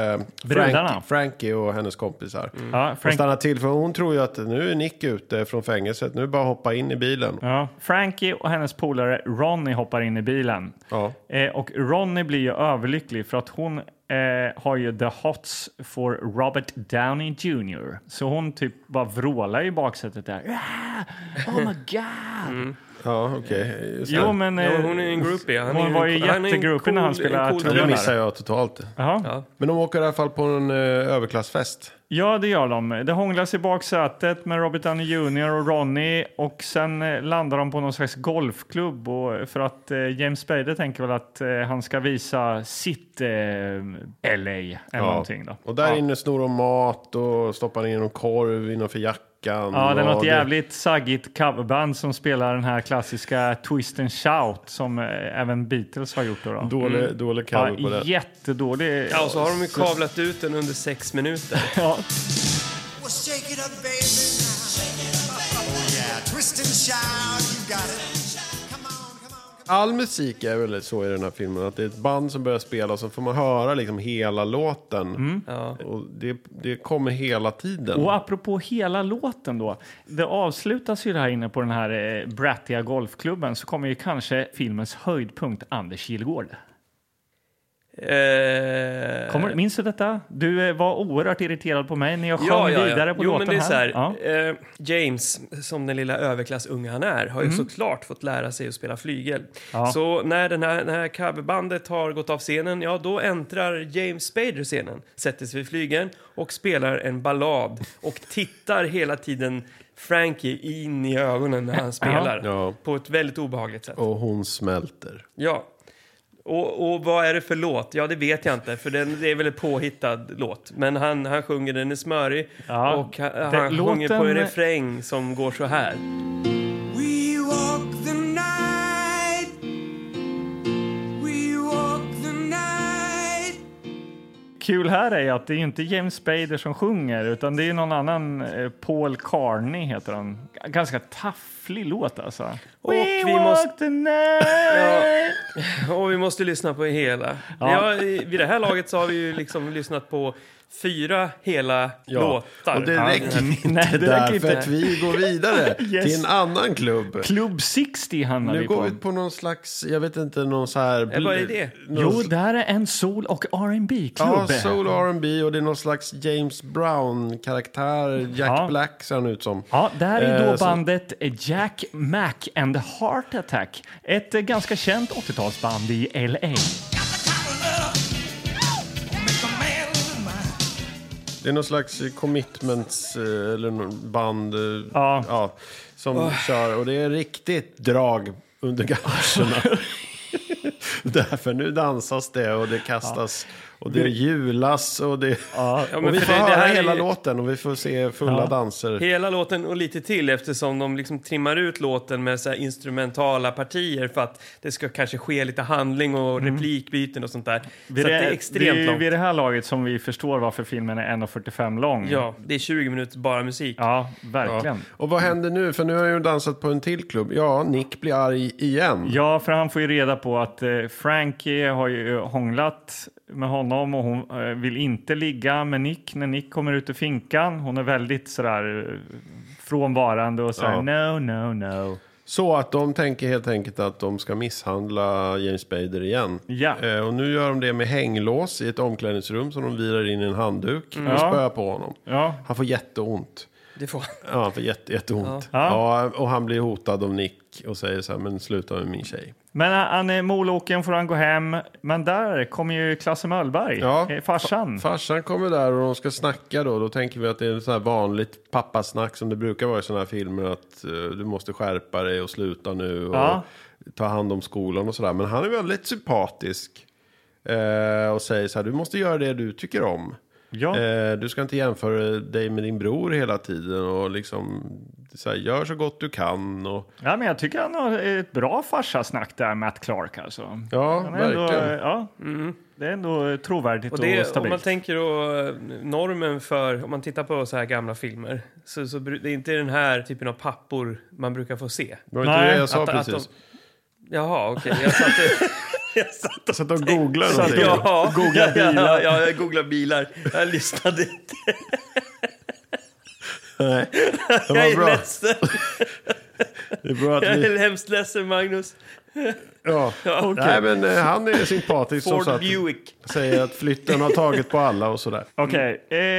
Frankie och hennes kompisar. Och stanna till för hon tror ju att nu är Nick ute från fängelset, nu är det bara att hoppa in i bilen. Ja. Frankie och hennes polare Ronnie hoppar in i bilen. Ja. Och Ronnie blir ju överlycklig för att hon har ju the hots for Robert Downey Jr. Så hon typ bara vrålar i baksätet där. Oh my god! Ja, okej. Jo, men hon är en groupie. Hon var ju jättegroupie när han spelade trummor. Det missar jag totalt. Ja. Men de åker i alla fall på en överklassfest. Ja, det gör de. Det hånglas i baksätet med Robert Downey Jr. och Ronnie och sen landar de på någon slags golfklubb och för att James Spader tänker väl att han ska visa sitt LA eller någonting då. Och där inne snor de mat och stoppar in en korv innanför jackan. Ja, det är något jävligt saggigt coverband som spelar den här klassiska Twist and Shout som även Beatles har gjort då. Dålig cover på det. Jättedålig. Ja, och så har de ju kavlat ut den under 6 minuter. Ja. All musik är väl så i den här filmen att det är ett band som börjar spela och så får man höra liksom hela låten. Och det kommer hela tiden. Och apropå hela låten då, det avslutas ju det här inne på den här brattiga golfklubben så kommer ju kanske filmens höjdpunkt Anders Kilgård. Minns du detta? Du var oerhört irriterad på mig när jag sjöng vidare på låten men det är här. James, som den lilla överklassunga han är, har ju såklart fått lära sig att spela flygel. Så när det här coverbandet har gått av scenen, då äntrar James Spader scenen, sätter sig vid flygeln och spelar en ballad och tittar hela tiden Frankie in i ögonen när han spelar på ett väldigt obehagligt sätt. Och hon smälter. Ja. Och vad är det för låt? Ja, det vet jag inte, för det är väl en påhittad låt. Men han sjunger, den är smörig. Och han sjunger på en refräng som går så här. We walk the night. We walk the night. Kul här är att det är inte James Spader som sjunger utan det är någon annan, Paul Carney heter han. Ganska tafflig låt alltså. Och vi måste lyssna på hela. Vid det här laget så har vi ju liksom lyssnat på 4 hela låtar. Och det räcker inte där för att vi går vidare till en annan klubb. Club 60 hamnar vi på. Nu går vi på någon slags, jag vet inte, någon så här... Vad är det? Jo, där är en soul- och R&B-klubb. Ja, soul och R&B och det är någon slags James Brown-karaktär. Jack Black ser han ut som. Ja, där är då bandet Jack Mac and the Heart Attack. Ett ganska känt 80-talsband i LA. Det är någon slags commitments eller någon band som kör. Och det är riktigt drag under galoscherna. Därför nu dansas det och det kastas Och det julas och det... Ja, men och vi för får det höra här hela är... låten och vi får se fulla danser. Hela låten och lite till eftersom de liksom trimmar ut låten med så här instrumentala partier för att det ska kanske ske lite handling och replikbyten och sånt där. Så det är extremt långt. Vid det här laget som vi förstår varför filmen är 1:45 lång. Ja, det är 20 minuter bara musik. Ja, verkligen. Ja. Och vad händer nu? För nu har jag ju dansat på en till klubb. Ja, Nick blir arg igen. Ja, för han får ju reda på att Frankie har ju hånglat med honom och hon vill inte ligga med Nick när Nick kommer ut ur finkan. Hon är väldigt sådär frånvarande och sådär no. Så att de tänker helt enkelt att de ska misshandla James Spader igen. Ja. Och nu gör de det med hänglås i ett omklädningsrum som de virar in i en handduk och spöar på honom. Ja. Han får jätteont. Det får Ja, han får jätteont. Ja. Ja, och han blir hotad av Nick och säger så här, men sluta med min tjej. Men han är moloken, får han gå hem. Men där kommer ju Klasse Möllberg, farsan. Farsan kommer där och de ska snacka då. Då tänker vi att det är så här vanligt pappasnack som det brukar vara i såna här filmer. Att du måste skärpa dig och sluta nu och ta hand om skolan och sådär. Men han är väldigt sympatisk och säger så här, du måste göra det du tycker om. Ja. Du ska inte jämföra dig med din bror hela tiden och liksom så här, gör så gott du kan. Och... Ja, men jag tycker han har ett bra farsasnack där, Matt Clark alltså. Ja, verkligen. Det är ändå trovärdigt och stabilt. Om man tänker då normen för, om man tittar på så här gamla filmer, så det är inte den här typen av pappor man brukar få se. Det var inte det jag sa precis. Jaha, okej. Jag satt och googlade någonting. Ja, googla bilar. Ja, jag googlar bilar. Jag lyssnade inte. Nej, det var jag är bra. ledsen. Det är bra att Jag vi... är hemskt ledsen, Magnus. Ja, okay. Nej, men han är sympatisk. Ford så att Buick. Säger att flytten har tagit på alla och sådär. Okej,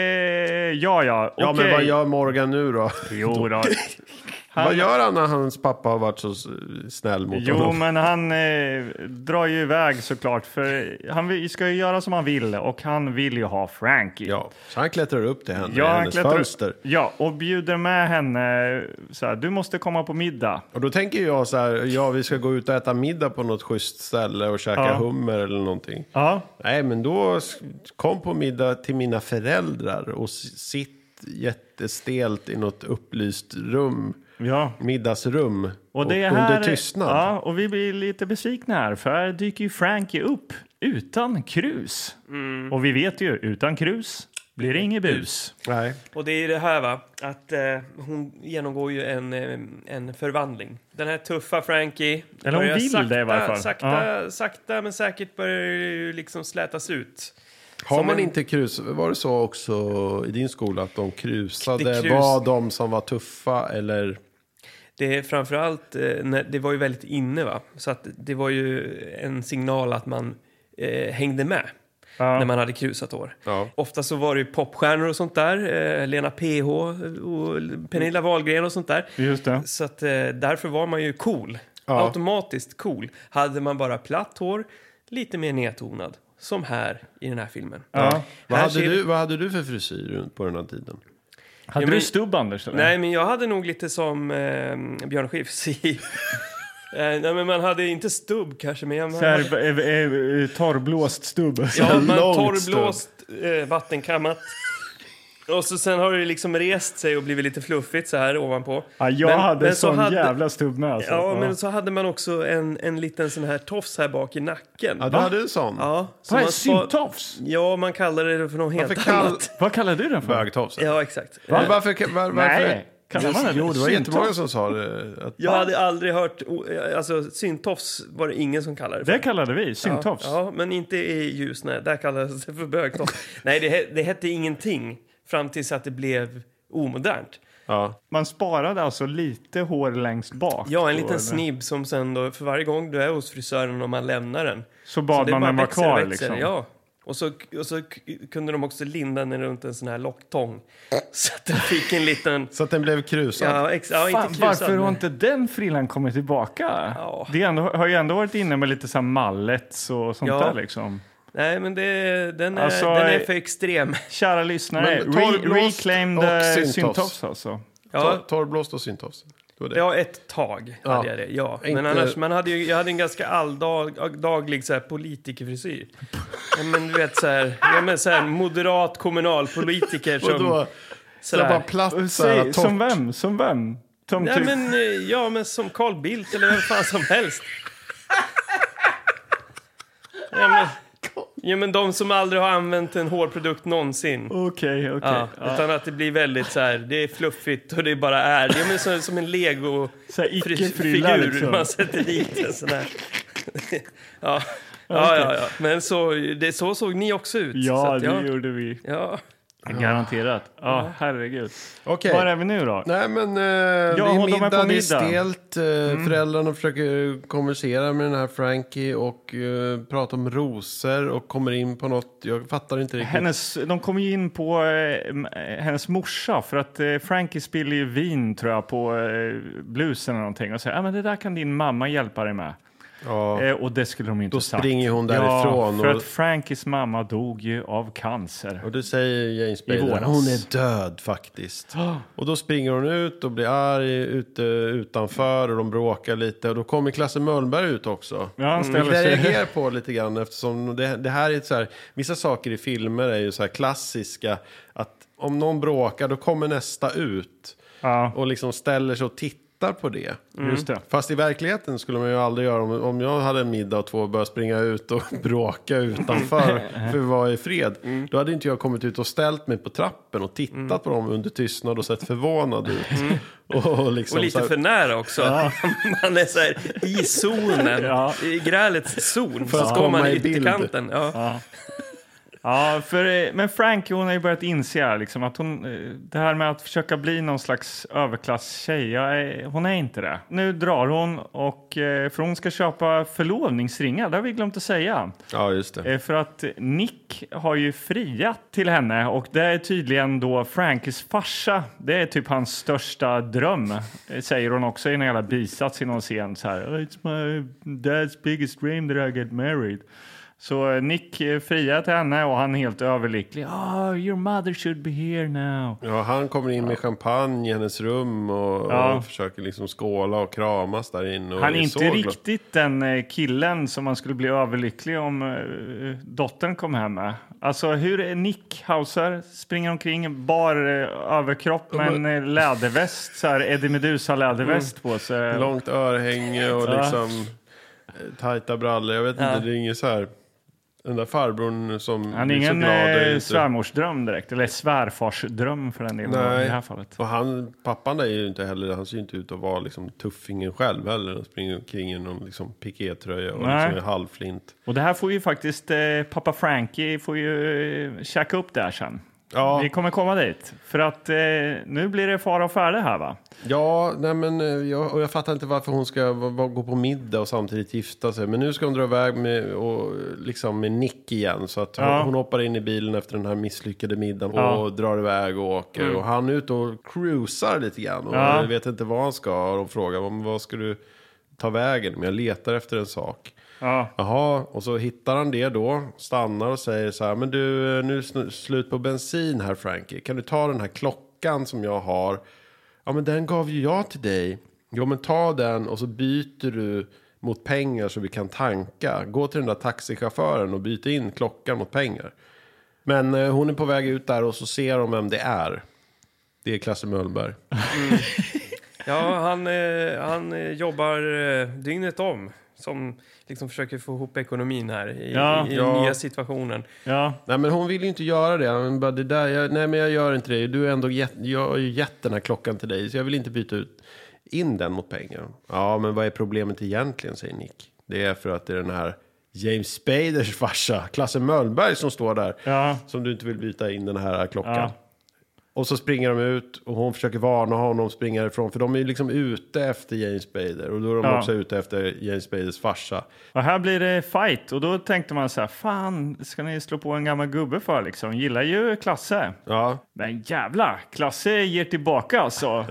Ja, men vad gör Morgan nu då? Jo då. Vad gör han när hans pappa har varit så snäll mot honom? Jo, men han drar ju iväg såklart. För han ska ju göra som han vill. Och han vill ju ha Frankie. Ja, så han klättrar upp till henne i hennes fönster. Ja, och bjuder med henne så här, du måste komma på middag. Och då tänker jag så här, ja, vi ska gå ut och äta middag på något schysst ställe och käka hummer eller någonting. Ja. Nej, men då kom på middag till mina föräldrar och sitt jättestelt i något upplyst rum. Ja. Middagsrum och det är under här, tystnad. Ja, och vi blir lite besvikna här, för här dyker ju Frankie upp utan krus. Och vi vet ju, utan krus blir det inget bus. Nej. Och det är det här, va, att hon genomgår ju en förvandling. Den här tuffa Frankie, eller hon vill det i varje fall. Sakta men säkert börjar ju liksom slätas ut. Har man inte krus, var det så också i din skola att de krusade var de som var tuffa eller? Det är framförallt, det var ju väldigt inne, va? Så att det var ju en signal att man hängde med när man hade krusat hår. Ja. Ofta så var det ju popstjärnor och sånt där, Lena PH och Pernilla Wahlgren och sånt där. Just det. Så att därför var man ju cool, automatiskt cool. Hade man bara platt hår, lite mer nedtonad. Som här i den här filmen. Ja. Vad hade du för frisyr på den här tiden? Hade du stubb, Anders? Eller? Nej, men jag hade nog lite som Björn Skifs i... nej, men man hade inte stubb kanske. Men torrblåst stubb. Ja, man torrblåst, vattenkammat. Och så sen har det liksom rest sig och blivit lite fluffigt så här ovanpå. Ja, jag hade sån jävla stubb med. Alltså. Ja, men så hade man också en liten sån här tofs här bak i nacken. Ja, du hade en sån? Ja. Vad är syntofs? Ja, man kallade det för något helt annat. Vad kallade du den för? Bögtofs. Ja, exakt. Varför? Nej. Kallar man det? Jo, det var jättemånga som sa det. Jag hade aldrig hört... Alltså, syntofs var det ingen som kallade det för. Det kallade vi, syntofs. Ja, men inte i Ljusnä. Där kallades det för bögtofs. Nej, det hette ingenting fram tills att det blev omodernt. Ja. Man sparade alltså lite hår längst bak. Ja, en liten snibb som sen då, för varje gång du är hos frisören och man lämnar den. Så bad man den var kvar liksom. Ja. Och så kunde de också linda den runt en sån här locktång. Så att den fick en liten... Så att den blev krusad. Ja, inte krusad. Varför har inte den frillan kommit tillbaka? Ja. Det har ju ändå varit inne med lite så här mallets och sånt där liksom. Nej, men den är för extrem. Kära lyssnare, reclaim the syntofs alltså. Ja. Torrblåst och syntofs. Ja, ett tag hade jag det. Ja. Men annars, jag hade en ganska alldaglig så här politikerfrisyr. Men du vet så här moderat kommunalpolitiker som så bara platt så här, som vem? Men som Carl Bildt eller vem fan som helst. Men de som aldrig har använt en hårprodukt någonsin. Okej. Utan att det blir väldigt så här, det är fluffigt och det bara är. Det är som en Lego-figur liksom. Man sätter dit en sån här. Ja. Men så såg ni också ut. Ja, så att, det gjorde vi. Ja. Garanterat. Ja, herregud. Okay. Var är vi nu då? Nej, men det är middag, det är stelt. Föräldrarna försöker konversera med den här Frankie och prata om rosor och kommer in på något. Jag fattar inte riktigt. De kommer in på hennes morsa för att Frankie spiller ju vin tror jag på blusen eller någonting och säger men det där kan din mamma hjälpa dig med. Ja. Och det skulle de inte sagt. Då springer hon därifrån. Ja, för att Frankies mamma dog ju av cancer. Och det säger James Spader. Hon är död faktiskt. Och då springer hon ut och blir arg utanför och de bråkar lite. Och då kommer Klasse Mölnberg ut också. Ja, han ställer sig. Jag reagerar på lite grann eftersom det här är så här, vissa saker i filmer är ju så här klassiska. Att om någon bråkar då kommer nästa ut. Ja. Och liksom ställer sig och tittar på det. Just det. Fast i verkligheten skulle man ju aldrig göra om jag hade en middag och två och började springa ut och bråka utanför för att vara i fred. Då hade inte jag kommit ut och ställt mig på trappen och tittat på dem under tystnad och sett förvånad ut. Och lite så här, för nära också. Ja. Man är så här i zonen. I grälets zon. För att komma i ytterkanten. Ja, men Frank hon har ju börjat inse liksom, att det här med att försöka bli någon slags överklasstjej, hon är inte det. Nu drar hon för hon ska köpa förlovningsringar, det har vi glömt att säga. Ja, just det. För att Nick har ju friat till henne och det är tydligen då Frankies farsa. Det är typ hans största dröm, säger hon också i en jävla bisats i någon scen så här. It's my dad's biggest dream that I get married. Så Nick friar till henne och han är helt överlycklig. Your mother should be here now. Ja, han kommer in med champagne i hennes rum och försöker liksom skåla och kramas där inne. Han är inte riktigt den killen som man skulle bli överlycklig om dottern kom hem med. Alltså hur är Nick Hauser springer omkring bar överkropp med en läderväst, så här Eddie Medusa läderväst på sig. Långt örhänge och liksom tajta brallor. Jag vet inte, det är inget så här. Den där farbrorn som han är ingen svärmorsdröm direkt, eller svärfarsdröm för den delen i det här fallet. Och pappan är ju inte heller, han ser inte ut att vara liksom tuffingen själv heller. Han springer omkring i någon liksom pikétröja och liksom halvflint. Och det här får ju faktiskt pappa Frankie får ju checka upp där sen. Ja. Vi kommer komma dit. För att nu blir det fara och färde här, va? Ja, nej men jag fattar inte varför hon ska gå på middag och samtidigt gifta sig. Men nu ska hon dra iväg med Nick igen. Så att hon hoppar in i bilen efter den här misslyckade middagen och drar iväg och åker. Och han är ute och cruisar lite grann. Och jag vet inte vad han ska. Och de frågar, vad ska du ta vägen? Men jag letar efter en sak. Ja. Jaha, och så hittar han det då, stannar och säger så här: men du, nu är slut på bensin här Frankie, kan du ta den här klockan som jag har? Ja, men den gav ju jag till dig. Jo, men ta den och så byter du mot pengar så vi kan tanka. Gå till den där taxichauffören och byta in klockan mot pengar. Men hon är på väg ut där och så ser de vem det är. Det är Klasse Mölnberg. Ja, han jobbar dygnet om. Som liksom försöker få ihop ekonomin här i den nya situationen. Ja. Nej, men hon vill ju inte göra det. Hon bara, nej, men jag gör inte det. Du är ändå jag har ju gett den här klockan till dig. Så jag vill inte byta in den mot pengar. Ja, men vad är problemet egentligen, säger Nick. Det är för att det är den här James Spaders farsa, Klasse Mölnberg, som står där. Ja. Som du inte vill byta in den här klockan. Ja. Och så springer de ut och hon försöker varna honom, springa ifrån. För de är liksom ute efter James Spader. Och då är de också ute efter James Spaders farsa. Och här blir det fight. Och då tänkte man så här, fan, ska ni slå på en gammal gubbe för liksom? Gillar ju Klasse. Ja. Men jävla, Klasse ger tillbaka alltså.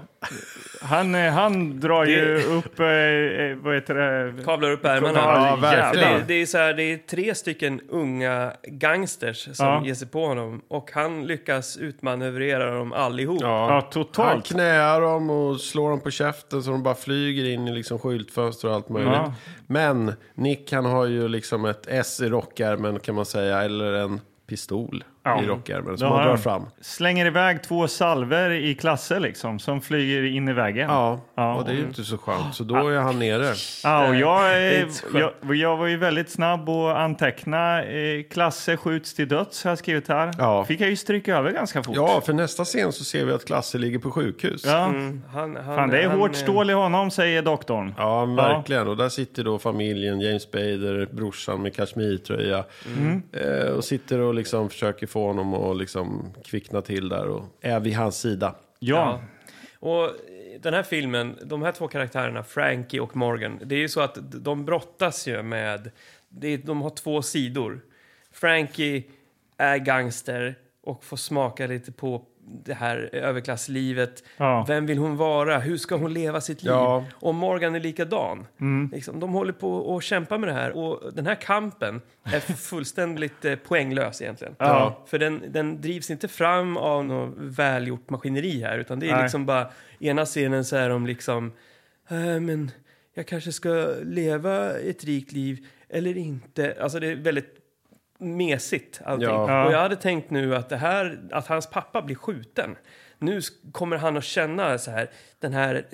Han drar ju upp, vad heter det? Kavlar upp ärmarna. Ja, verkligen. Det är så här, det är 3 stycken unga gangsters som ger sig på honom. Och han lyckas utmanövrera dödar dem allihop. Ja, totalt. Han knäar dem och slår dem på käften så de bara flyger in i liksom skyltfönster och allt möjligt. Ja. Men Nick, han har ju liksom ett S i rockärmen kan man säga, eller en pistol i rockärmen som man drar fram. Slänger iväg 2 salver i klasser liksom som flyger in i väggen. Ja, och det är ju inte så skönt. Så då är han nere. Ja, och jag var ju väldigt snabb att anteckna. Klasser skjuts till döds har jag skrivit här. Ja. Fick jag ju stryka över ganska fort. Ja, för nästa scen så ser vi att Klasser ligger på sjukhus. Ja. Fan, det är hårt stål i honom, säger doktorn. Ja, verkligen. Och där sitter då familjen, James Spader, brorsan med kashmirtröja. Och sitter och liksom försöker få honom att liksom kvickna till där och är vid hans sida. Ja. Och den här filmen, de här 2 karaktärerna, Frankie och Morgan, det är ju så att de brottas ju med, de har 2 sidor. Frankie är gangster och får smaka lite på det här överklasslivet. Ja. Vem vill hon vara? Hur ska hon leva sitt liv? Ja. Och Morgan är likadan. Liksom, de håller på att kämpa med det här. Och den här kampen är fullständigt poänglös egentligen. Ja. För den drivs inte fram av något välgjort maskineri här. Utan det är liksom bara, ena scenen så är de liksom, men jag kanske ska leva ett rikt liv eller inte. Alltså det är väldigt mesigt allting. Ja. Och jag hade tänkt nu att att hans pappa blir skjuten. Nu kommer han att känna så här, den här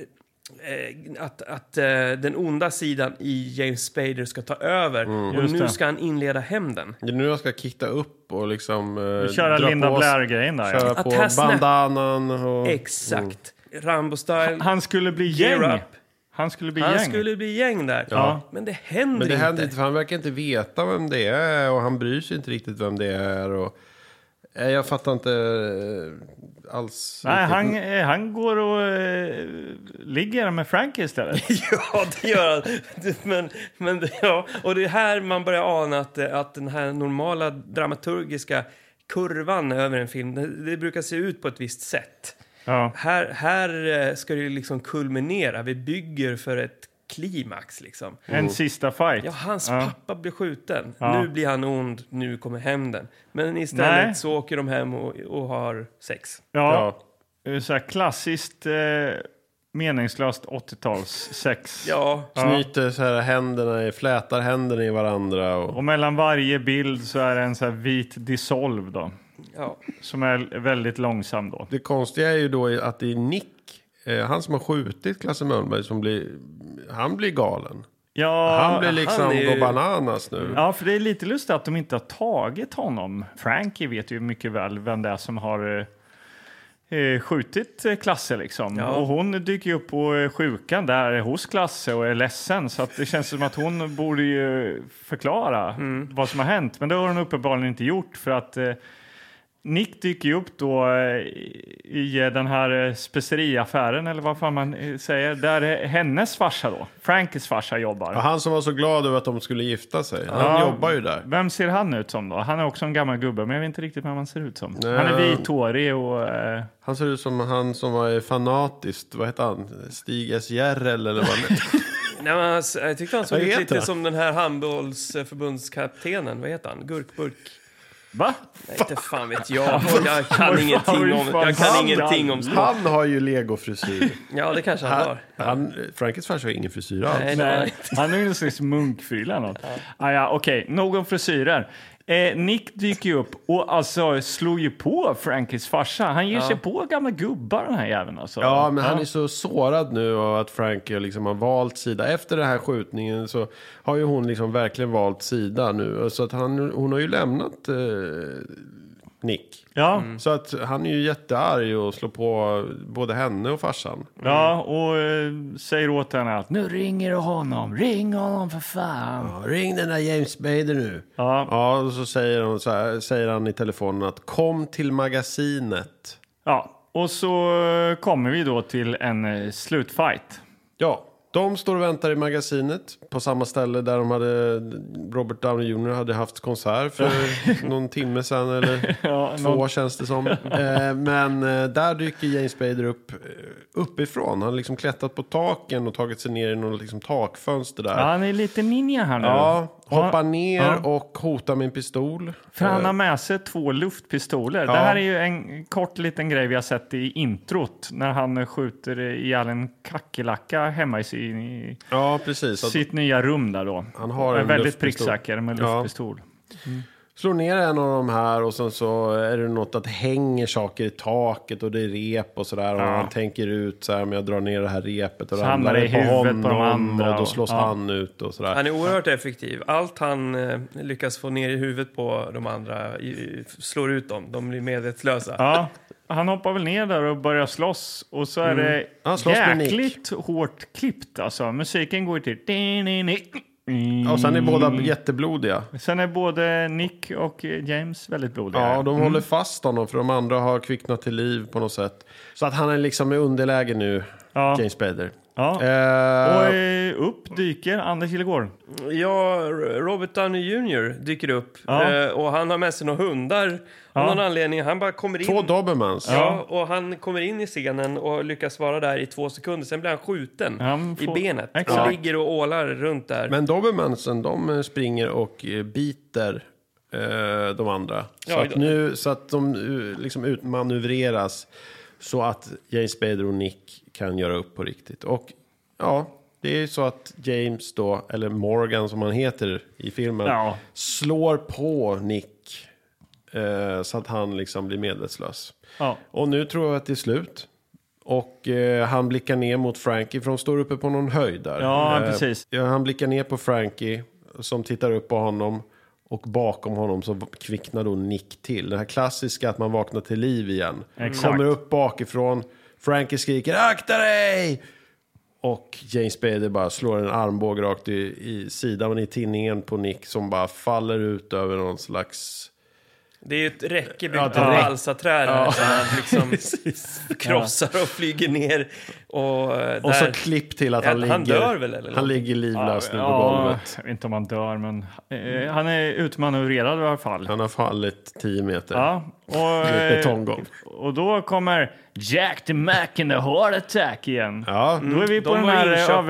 att den onda sidan i James Spader ska ta över och nu ska han inleda hämnden. Det är nu jag ska kitta upp och liksom köra Linda Blair-grejen där. Köra på bandanan och exakt. Rambo-style. Han skulle bli gäng. Han skulle bli gäng där. Ja. Men det händer inte. För han verkar inte veta vem det är. Och han bryr sig inte riktigt vem det är. Och jag fattar inte alls. Nej, han går och ligger med Frankie istället. Ja, det gör han. Men ja. Och det är här man börjar ana att den här normala dramaturgiska kurvan över en film, det brukar se ut på ett visst sätt. Ja. Här ska det liksom kulminera. Vi bygger för ett klimax liksom. En sista fight. Ja, hans pappa blir skjuten. Nu blir han ond, nu kommer hämnden. Men istället så åker de hem och har sex. Ja. Så här klassiskt meningslöst 80-tals sex. Ja. Knyter så här flätar händerna i varandra. Och mellan varje bild så är det en så här vit dissolv då. Ja. Som är väldigt långsam då. Det konstiga är ju då att det är Nick, han som har skjutit Klasse Mölnberg, han blir galen. Ja, han blir liksom gå bananas nu. Ja, för det är lite lustigt att de inte har tagit honom. Frankie vet ju mycket väl vem det är som har skjutit Klasse liksom. Ja. Och hon dyker upp på sjukan där hos Klasse och är ledsen. Så att det känns som att hon borde ju förklara vad som har hänt. Men det har hon uppenbarligen inte gjort för att Nick dyker ju upp då i den här speceriaffären eller vad fan man säger. Där hennes farsa då, Frankies farsa jobbar. Ja, han som var så glad över att de skulle gifta sig. Han jobbar ju där. Vem ser han ut som då? Han är också en gammal gubbe, men jag vet inte riktigt vad han ser ut som. Nej. Han är vithårig och... Han ser ut som han som var fanatiskt. Vad heter han? Stig S. Järrel eller vad han är. Nej, men jag tyckte han såg ut lite som den här handbollsförbundskaptenen. Vad heter han? Gurkburk. Va? Nej, inte fan vet jag. Jag kan ingenting om sport. Han har ju Lego-frisyr. Ja, det kanske han har. Frankens farsa har ingen frisyr alls. Nej. Han är ju en slags munkfylla eller något. Okej. Någon frisyrer. Nick dyker ju upp och alltså slår ju på Frankies farsa. Han ger sig på gamla gubbar den här jäveln alltså. Ja, men han är så sårad nu av att Frankie liksom har valt sida. Efter den här skjutningen så har ju hon liksom verkligen valt sida nu. Så att hon har ju lämnat Nick. Ja. Så att han är ju jättearg och slår på både henne och farsan. Ja, och säger åt henne att nu ringer du honom. Ring honom för fan. Ja, ring den där James Spader nu. Ja, och så säger han i telefonen att kom till magasinet. Ja, och så kommer vi då till en slutfight. Ja. De står och väntar i magasinet på samma ställe där de hade Robert Downey Jr. hade haft konsert för någon timme sedan eller 2 känns det som. Men där dyker James Spader upp uppifrån. Han har liksom klättrat på taken och tagit sig ner i någon liksom takfönster där. Ja, han är lite ninja här nu. Ja, hoppar ner och hotar med en pistol. För han har med sig 2 luftpistoler. Det här är ju en kort liten grej vi har sett i introt. När han skjuter ihjäl en kackerlacka hemma i sitt nya rum där då. Han har en väldigt pricksäker med luftpistol. Slår ner en av de här och sen så är det något att hänger saker i taket och det är rep och sådär. Och han tänker ut så här, men jag drar ner det här repet och så hamnar det i huvudet på de andra. Och då slås han ut och sådär. Han är oerhört effektiv. Allt han lyckas få ner i huvudet på de andra slår ut dem. De blir medvetslösa. Ja. Han hoppar väl ner där och börjar slåss. Och så är det jäkligt hårt klippt. Alltså, musiken går till... Och sen är båda jätteblodiga. Sen är både Nick och James väldigt blodiga. Ja, de håller fast honom för de andra har kvicknat till liv på något sätt. Så att han är liksom i underläge nu, James Spader. Ja. Och upp dyker Anders Killegård. Ja, Robert Downey Jr. dyker upp. Och han har med sig några hundar. Av någon anledning. Han bara kommer in. 2 Dobermans. Ja, och han kommer in i scenen och lyckas vara där i 2 sekunder. Sen blir han skjuten i benet. Exakt. Och ligger och ålar runt där. Men Dobermansen, de springer och biter de andra. Så att de liksom utmanövreras så att James Spader och Nick kan göra upp på riktigt. Och det är så att James då, eller Morgan som han heter i filmen, slår på Nick så att han liksom blir medvetslös. Och nu tror jag att det är slut. Och han blickar ner mot Frankie, för de står uppe på någon höjd där. Ja, precis. Han blickar ner på Frankie som tittar upp på honom. Och bakom honom så kvicknar då Nick till. Det här klassiska att man vaknar till liv igen. Exakt. Kommer upp bakifrån. Frankie skriker, akta dig! Och James Spader bara slår en armbåge rakt i sidan i tinningen på Nick som bara faller ut över någon slags... Det är ju ett räcke byggt av valsaträd som han liksom krossar och flyger ner. Och så klipp till att han dör väl? Eller han ligger livlös nu på golvet. Jag vet inte om han dör, men han är utmanövrerad i alla fall. Han har fallit 10 meter. Ja, betonggolv. Och då kommer Jack the Mac in the Heart Attack igen. Ja, då är vi på den här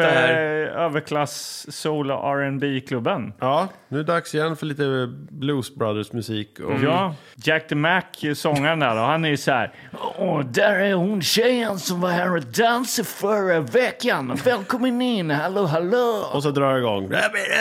överklass soul R&B-klubben. Ja, nu är det dags igen för lite Blues Brothers-musik. Ja, Jack the Mac, sångaren där då, han är ju så här: där är hon tjejen som var här och dansade förra veckan. Välkommen in, hallå. Och så drar det igång.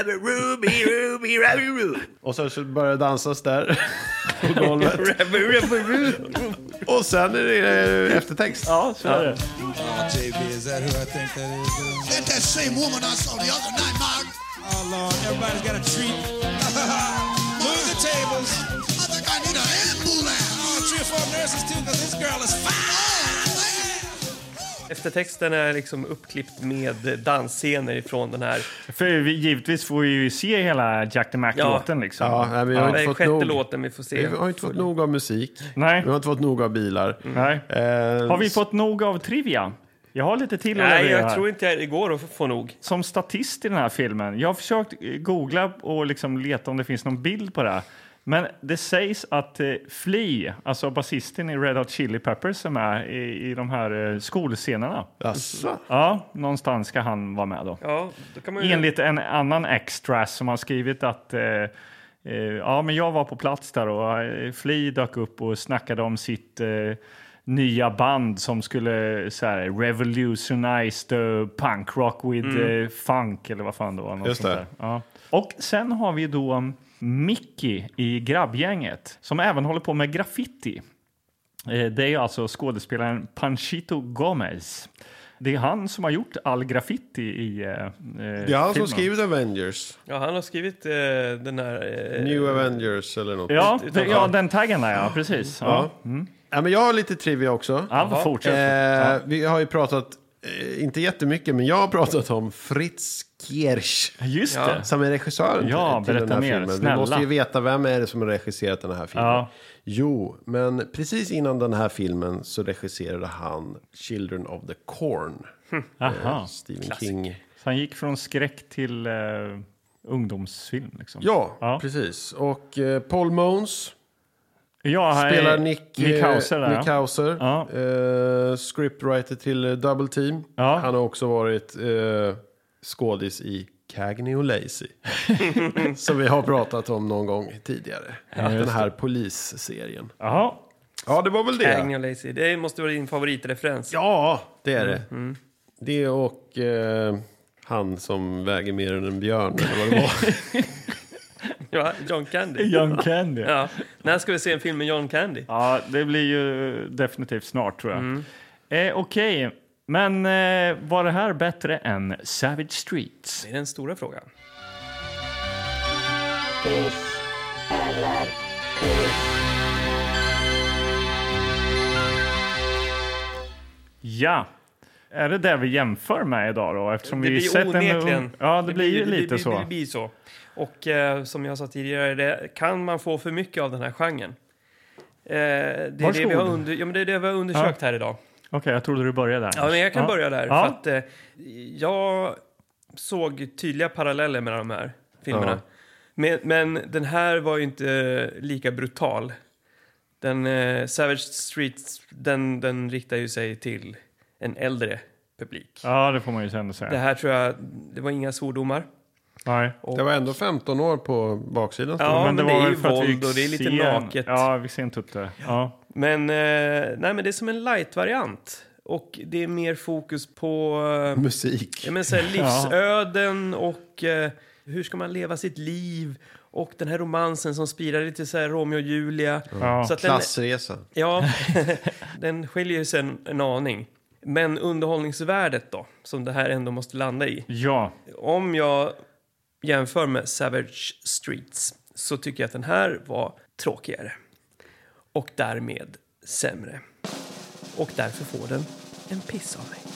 Och så börjar dansas där på golvet. Och sen är det eftertext. Ja, så är det. JB, is that who I think that is? Ain't that same woman I saw the other night, Mark? Oh, Lord, everybody's got a treat. Move the tables. I think I need a ambulance. Oh, 3 or 4 nurses too, because this girl is fine. Eftertexten är liksom uppklippt med dansscener ifrån den här. För givetvis får vi ju se hela Jack the Mac-låten liksom. Ja, men vi har inte fått nog. Låten vi får se. Vi har inte fått nog av musik. Nej. Vi har inte fått nog av bilar. Nej. Har vi fått nog av trivia? Jag har lite till. Nej, jag tror inte det går att få nog. Som statist i den här filmen, jag har försökt googla och liksom leta om det finns någon bild på det. Men det sägs att Flea, alltså basisten i Red Hot Chili Peppers, som är i de här skolscenerna. Asså? Ja, någonstans ska han vara med då. Ja, då kan man ju... Enligt en annan extra som har skrivit att men jag var på plats där och Flea dök upp och snackade om sitt nya band som skulle så här, revolutionize the punk rock with funk, eller vad fan det var. Något just det. där. Ja. Och sen har vi då Mickey i grabbgänget som även håller på med graffiti. Det är alltså skådespelaren Panchito Gomez. Det är han som har gjort all graffiti i det är han filmen. som skrivit Avengers. Ja, han har skrivit den här... New Avengers eller något. Ja, den taggen där, ja, precis. Ja. Ja, men jag har lite trivia också. Ja, fortsätt. Vi har ju pratat, inte jättemycket, men jag har pratat om Fritz Kiersch. Just det. Som är regissören till den här filmen. Snälla. Vi måste ju veta vem är det som har regisserat den här filmen. Ja. Jo, men precis innan den här filmen så regisserade han Children of the Corn. Aha. Stephen King. Så han gick från skräck till ungdomsfilm. Liksom. Ja, precis. Och Paul Mones spelar Nick Hauser. Ja. Scriptwriter till Double Team. Ja. Han har också varit skådis i Cagney och Lacey. Som vi har pratat om någon gång tidigare. Den här polisserien. Jaha. Ja, det var väl det. Cagney och Lacey. Det måste vara din favoritreferens. Ja, det är det. Det och han som väger mer än en björn. Eller vad det var. Ja, John Candy. John Candy. Ja. När ska vi se en film med John Candy? Ja, det blir ju definitivt snart tror jag. Okej, men var det här bättre än Savage Streets? Det är den stora frågan. Ja. Är det där vi jämför med idag då? Eftersom det vi blir sett onekligen. Ja, det blir ju lite så. Det blir så. Och som jag sa tidigare, kan man få för mycket av den här genren? Det är det vi har det är det vi har undersökt här idag. Okej, jag trodde du började där. Ja, men jag kan börja där. Ja. För att jag såg tydliga paralleller mellan de här filmerna. Men den här var ju inte lika brutal. Savage Streets, den riktar ju sig till en äldre publik. Ja, det får man ju sen säga. Det här tror jag, det var inga svordomar. Nej. Det var ändå 15 år på baksidan. Ja, men det är ju för att våld och det är lite naket. Ja, vi ser inte upp det. Ja. Men, men det är som en light-variant. Och det är mer fokus på musik. Jag menar, så här, livsöden och hur ska man leva sitt liv. Och den här romansen som spirar lite så här Romeo och Julia. Ja. Så att klassresa. Den skiljer sig en aning. Men underhållningsvärdet då, som det här ändå måste landa i. Ja. Om jag jämför med Savage Streets så tycker jag att den här var tråkigare. Och därmed sämre. Och därför får den en piss av mig.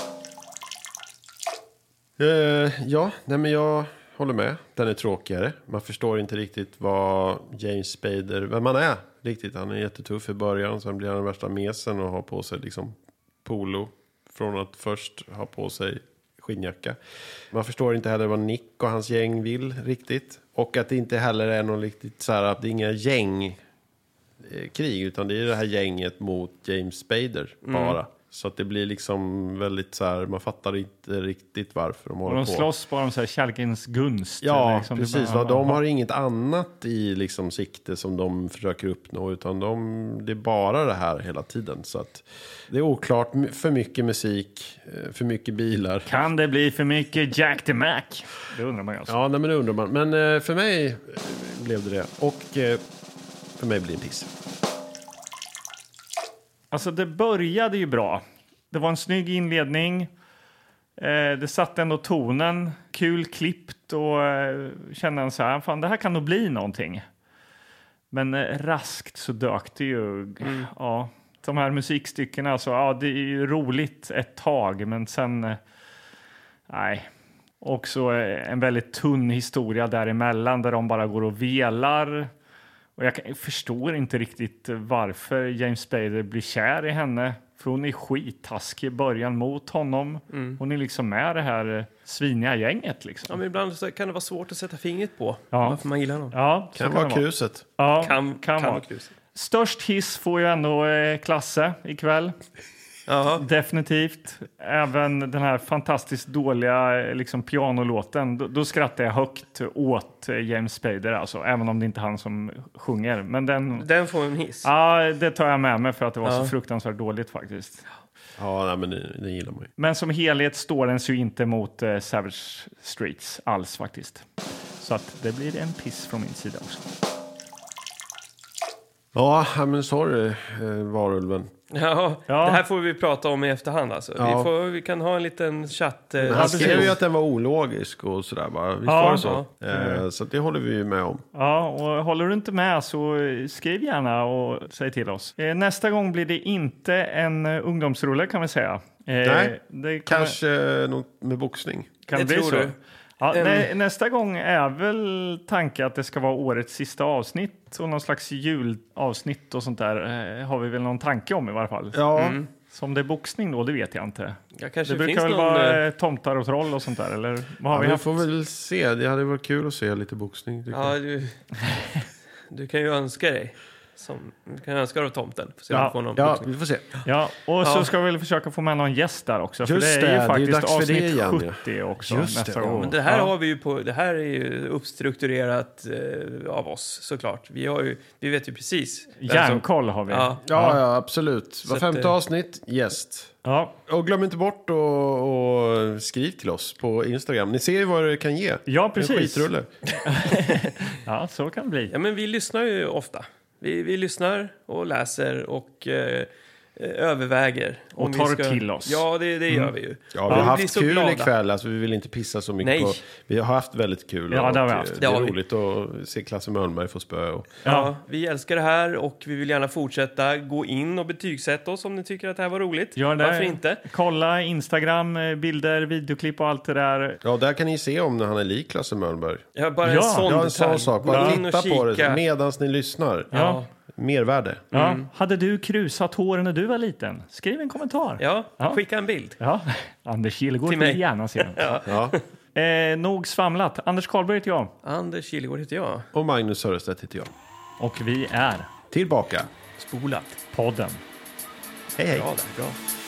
Men jag håller med. Den är tråkigare. Man förstår inte riktigt vad James Spader, vem man är riktigt. Han är jättetuff i början, sen blir han den värsta mesen och har på sig liksom polo. Från att först ha på sig skinnjacka. Man förstår inte heller vad Nick och hans gäng vill riktigt. Och att det inte heller är någon riktigt så här, att det är inga gängkrig, utan det är det här gänget mot James Spader bara. Så att det blir liksom väldigt så här, man fattar inte riktigt varför de håller på. Och de slåss bara om så här kärlekens gunst. Ja, liksom. precis. De har inget annat i liksom sikte som de försöker uppnå, utan det är bara det här hela tiden. Så att det är oklart, för mycket musik, för mycket bilar. Kan det bli för mycket Jack the Mac? Det undrar man ju alltså. Ja, men det undrar man. Men för mig blev det. Och för mig blir det piss. Alltså det började ju bra. Det var en snygg inledning. Det satte ändå tonen. Kul klippt och kände en så här, fan det här kan nog bli någonting. Men raskt så dök det ju. Ja, de här musikstyckena, alltså, ja, det är ju roligt ett tag, men sen nej. Också en väldigt tunn historia däremellan där de bara går och velar. Och jag förstår inte riktigt varför James Spader blir kär i henne. För hon är skittaskig i början mot honom. Hon är liksom med det här sviniga gänget. Liksom. Ja, men ibland så kan det vara svårt att sätta fingret på varför man gillar honom. Ja, kan vara kruset. Ja, kan vara kruset. Störst hiss får ju ändå Klasse ikväll. Aha. Definitivt. Även den här fantastiskt dåliga liksom, pianolåten. Då skrattar jag högt åt James Spader. Alltså, även om det inte är han som sjunger. Men den får en hiss. Ja, det tar jag med mig för att det var så fruktansvärt dåligt faktiskt. Ja, nej, men det gillar man ju. Men som helhet står den ju inte mot Savage Streets alls faktiskt. Så att det blir en piss från min sida också. Ja, men sorry, varulven. Ja, det här får vi prata om i efterhand. Alltså. Ja. Vi kan ha en liten chatt. Han skrev ju att den var ologisk och sådär bara. Visst var det så? Så det håller vi ju med om. Ja, och håller du inte med så skriv gärna och säg till oss. Nästa gång blir det inte en ungdomsrulle kan vi säga. Nej, det kanske något med boxning. Kan det bli tror så? du? Ja, nästa gång är väl tanken att det ska vara årets sista avsnitt och någon slags julavsnitt och sånt där har vi väl någon tanke om i varje fall. Ja, Som det är boxning då, det vet jag inte. Ja, kanske det brukar väl vara tomtar och troll och sånt där, eller vad har vi haft? får väl se. Det hade varit kul att se lite boxning. Ja, du kan ju önska dig. Du kan önska dig av tomten. Vi får se. Ja, och så ska vi väl försöka få med någon gäst där också. Just för det är ju faktiskt det är avsnitt igen, 70 också nästa gång. år. Men det här har vi ju det här är ju uppstrukturerat av oss, såklart. Vi vet ju precis. Järnkoll har vi. Ja, absolut. Var femte avsnitt, gäst. Ja. Och glöm inte bort och skriv till oss på Instagram. Ni ser ju vad det kan ge. Ja, precis. En skitrulle. Ja, så kan det bli. Ja, men vi lyssnar ju ofta. Vi lyssnar och läser och överväger. Och tar till oss. Ja, det gör vi ju. Ja, vi har haft kul ikväll. Alltså, vi vill inte pissa så mycket på. Vi har haft väldigt kul. Ja, det har vi haft. Det är roligt att se Klasse Mölnberg få spö. Ja, vi älskar det här och vi vill gärna fortsätta. Gå in och betygsätta oss om ni tycker att det här var roligt. Gör det. Varför inte? Kolla Instagram, bilder, videoklipp och allt det där. Ja, där kan ni se om när han är lik Klasse Mölnberg. Ja, bara en sån sak. Bara titta på det medan ni lyssnar. Ja. Mervärde. Ja. Hade du krusat håren när du var liten? Skriv en kommentar. Ja. Skicka en bild. Ja. Anders Kilegård vill gärna se den. Nog svamlat. Anders Karlberg heter jag. Anders Kilegård heter jag. Och Magnus Sörestedt heter jag. Och vi är tillbaka. Spolat. Podden. Hej, hej. Bra.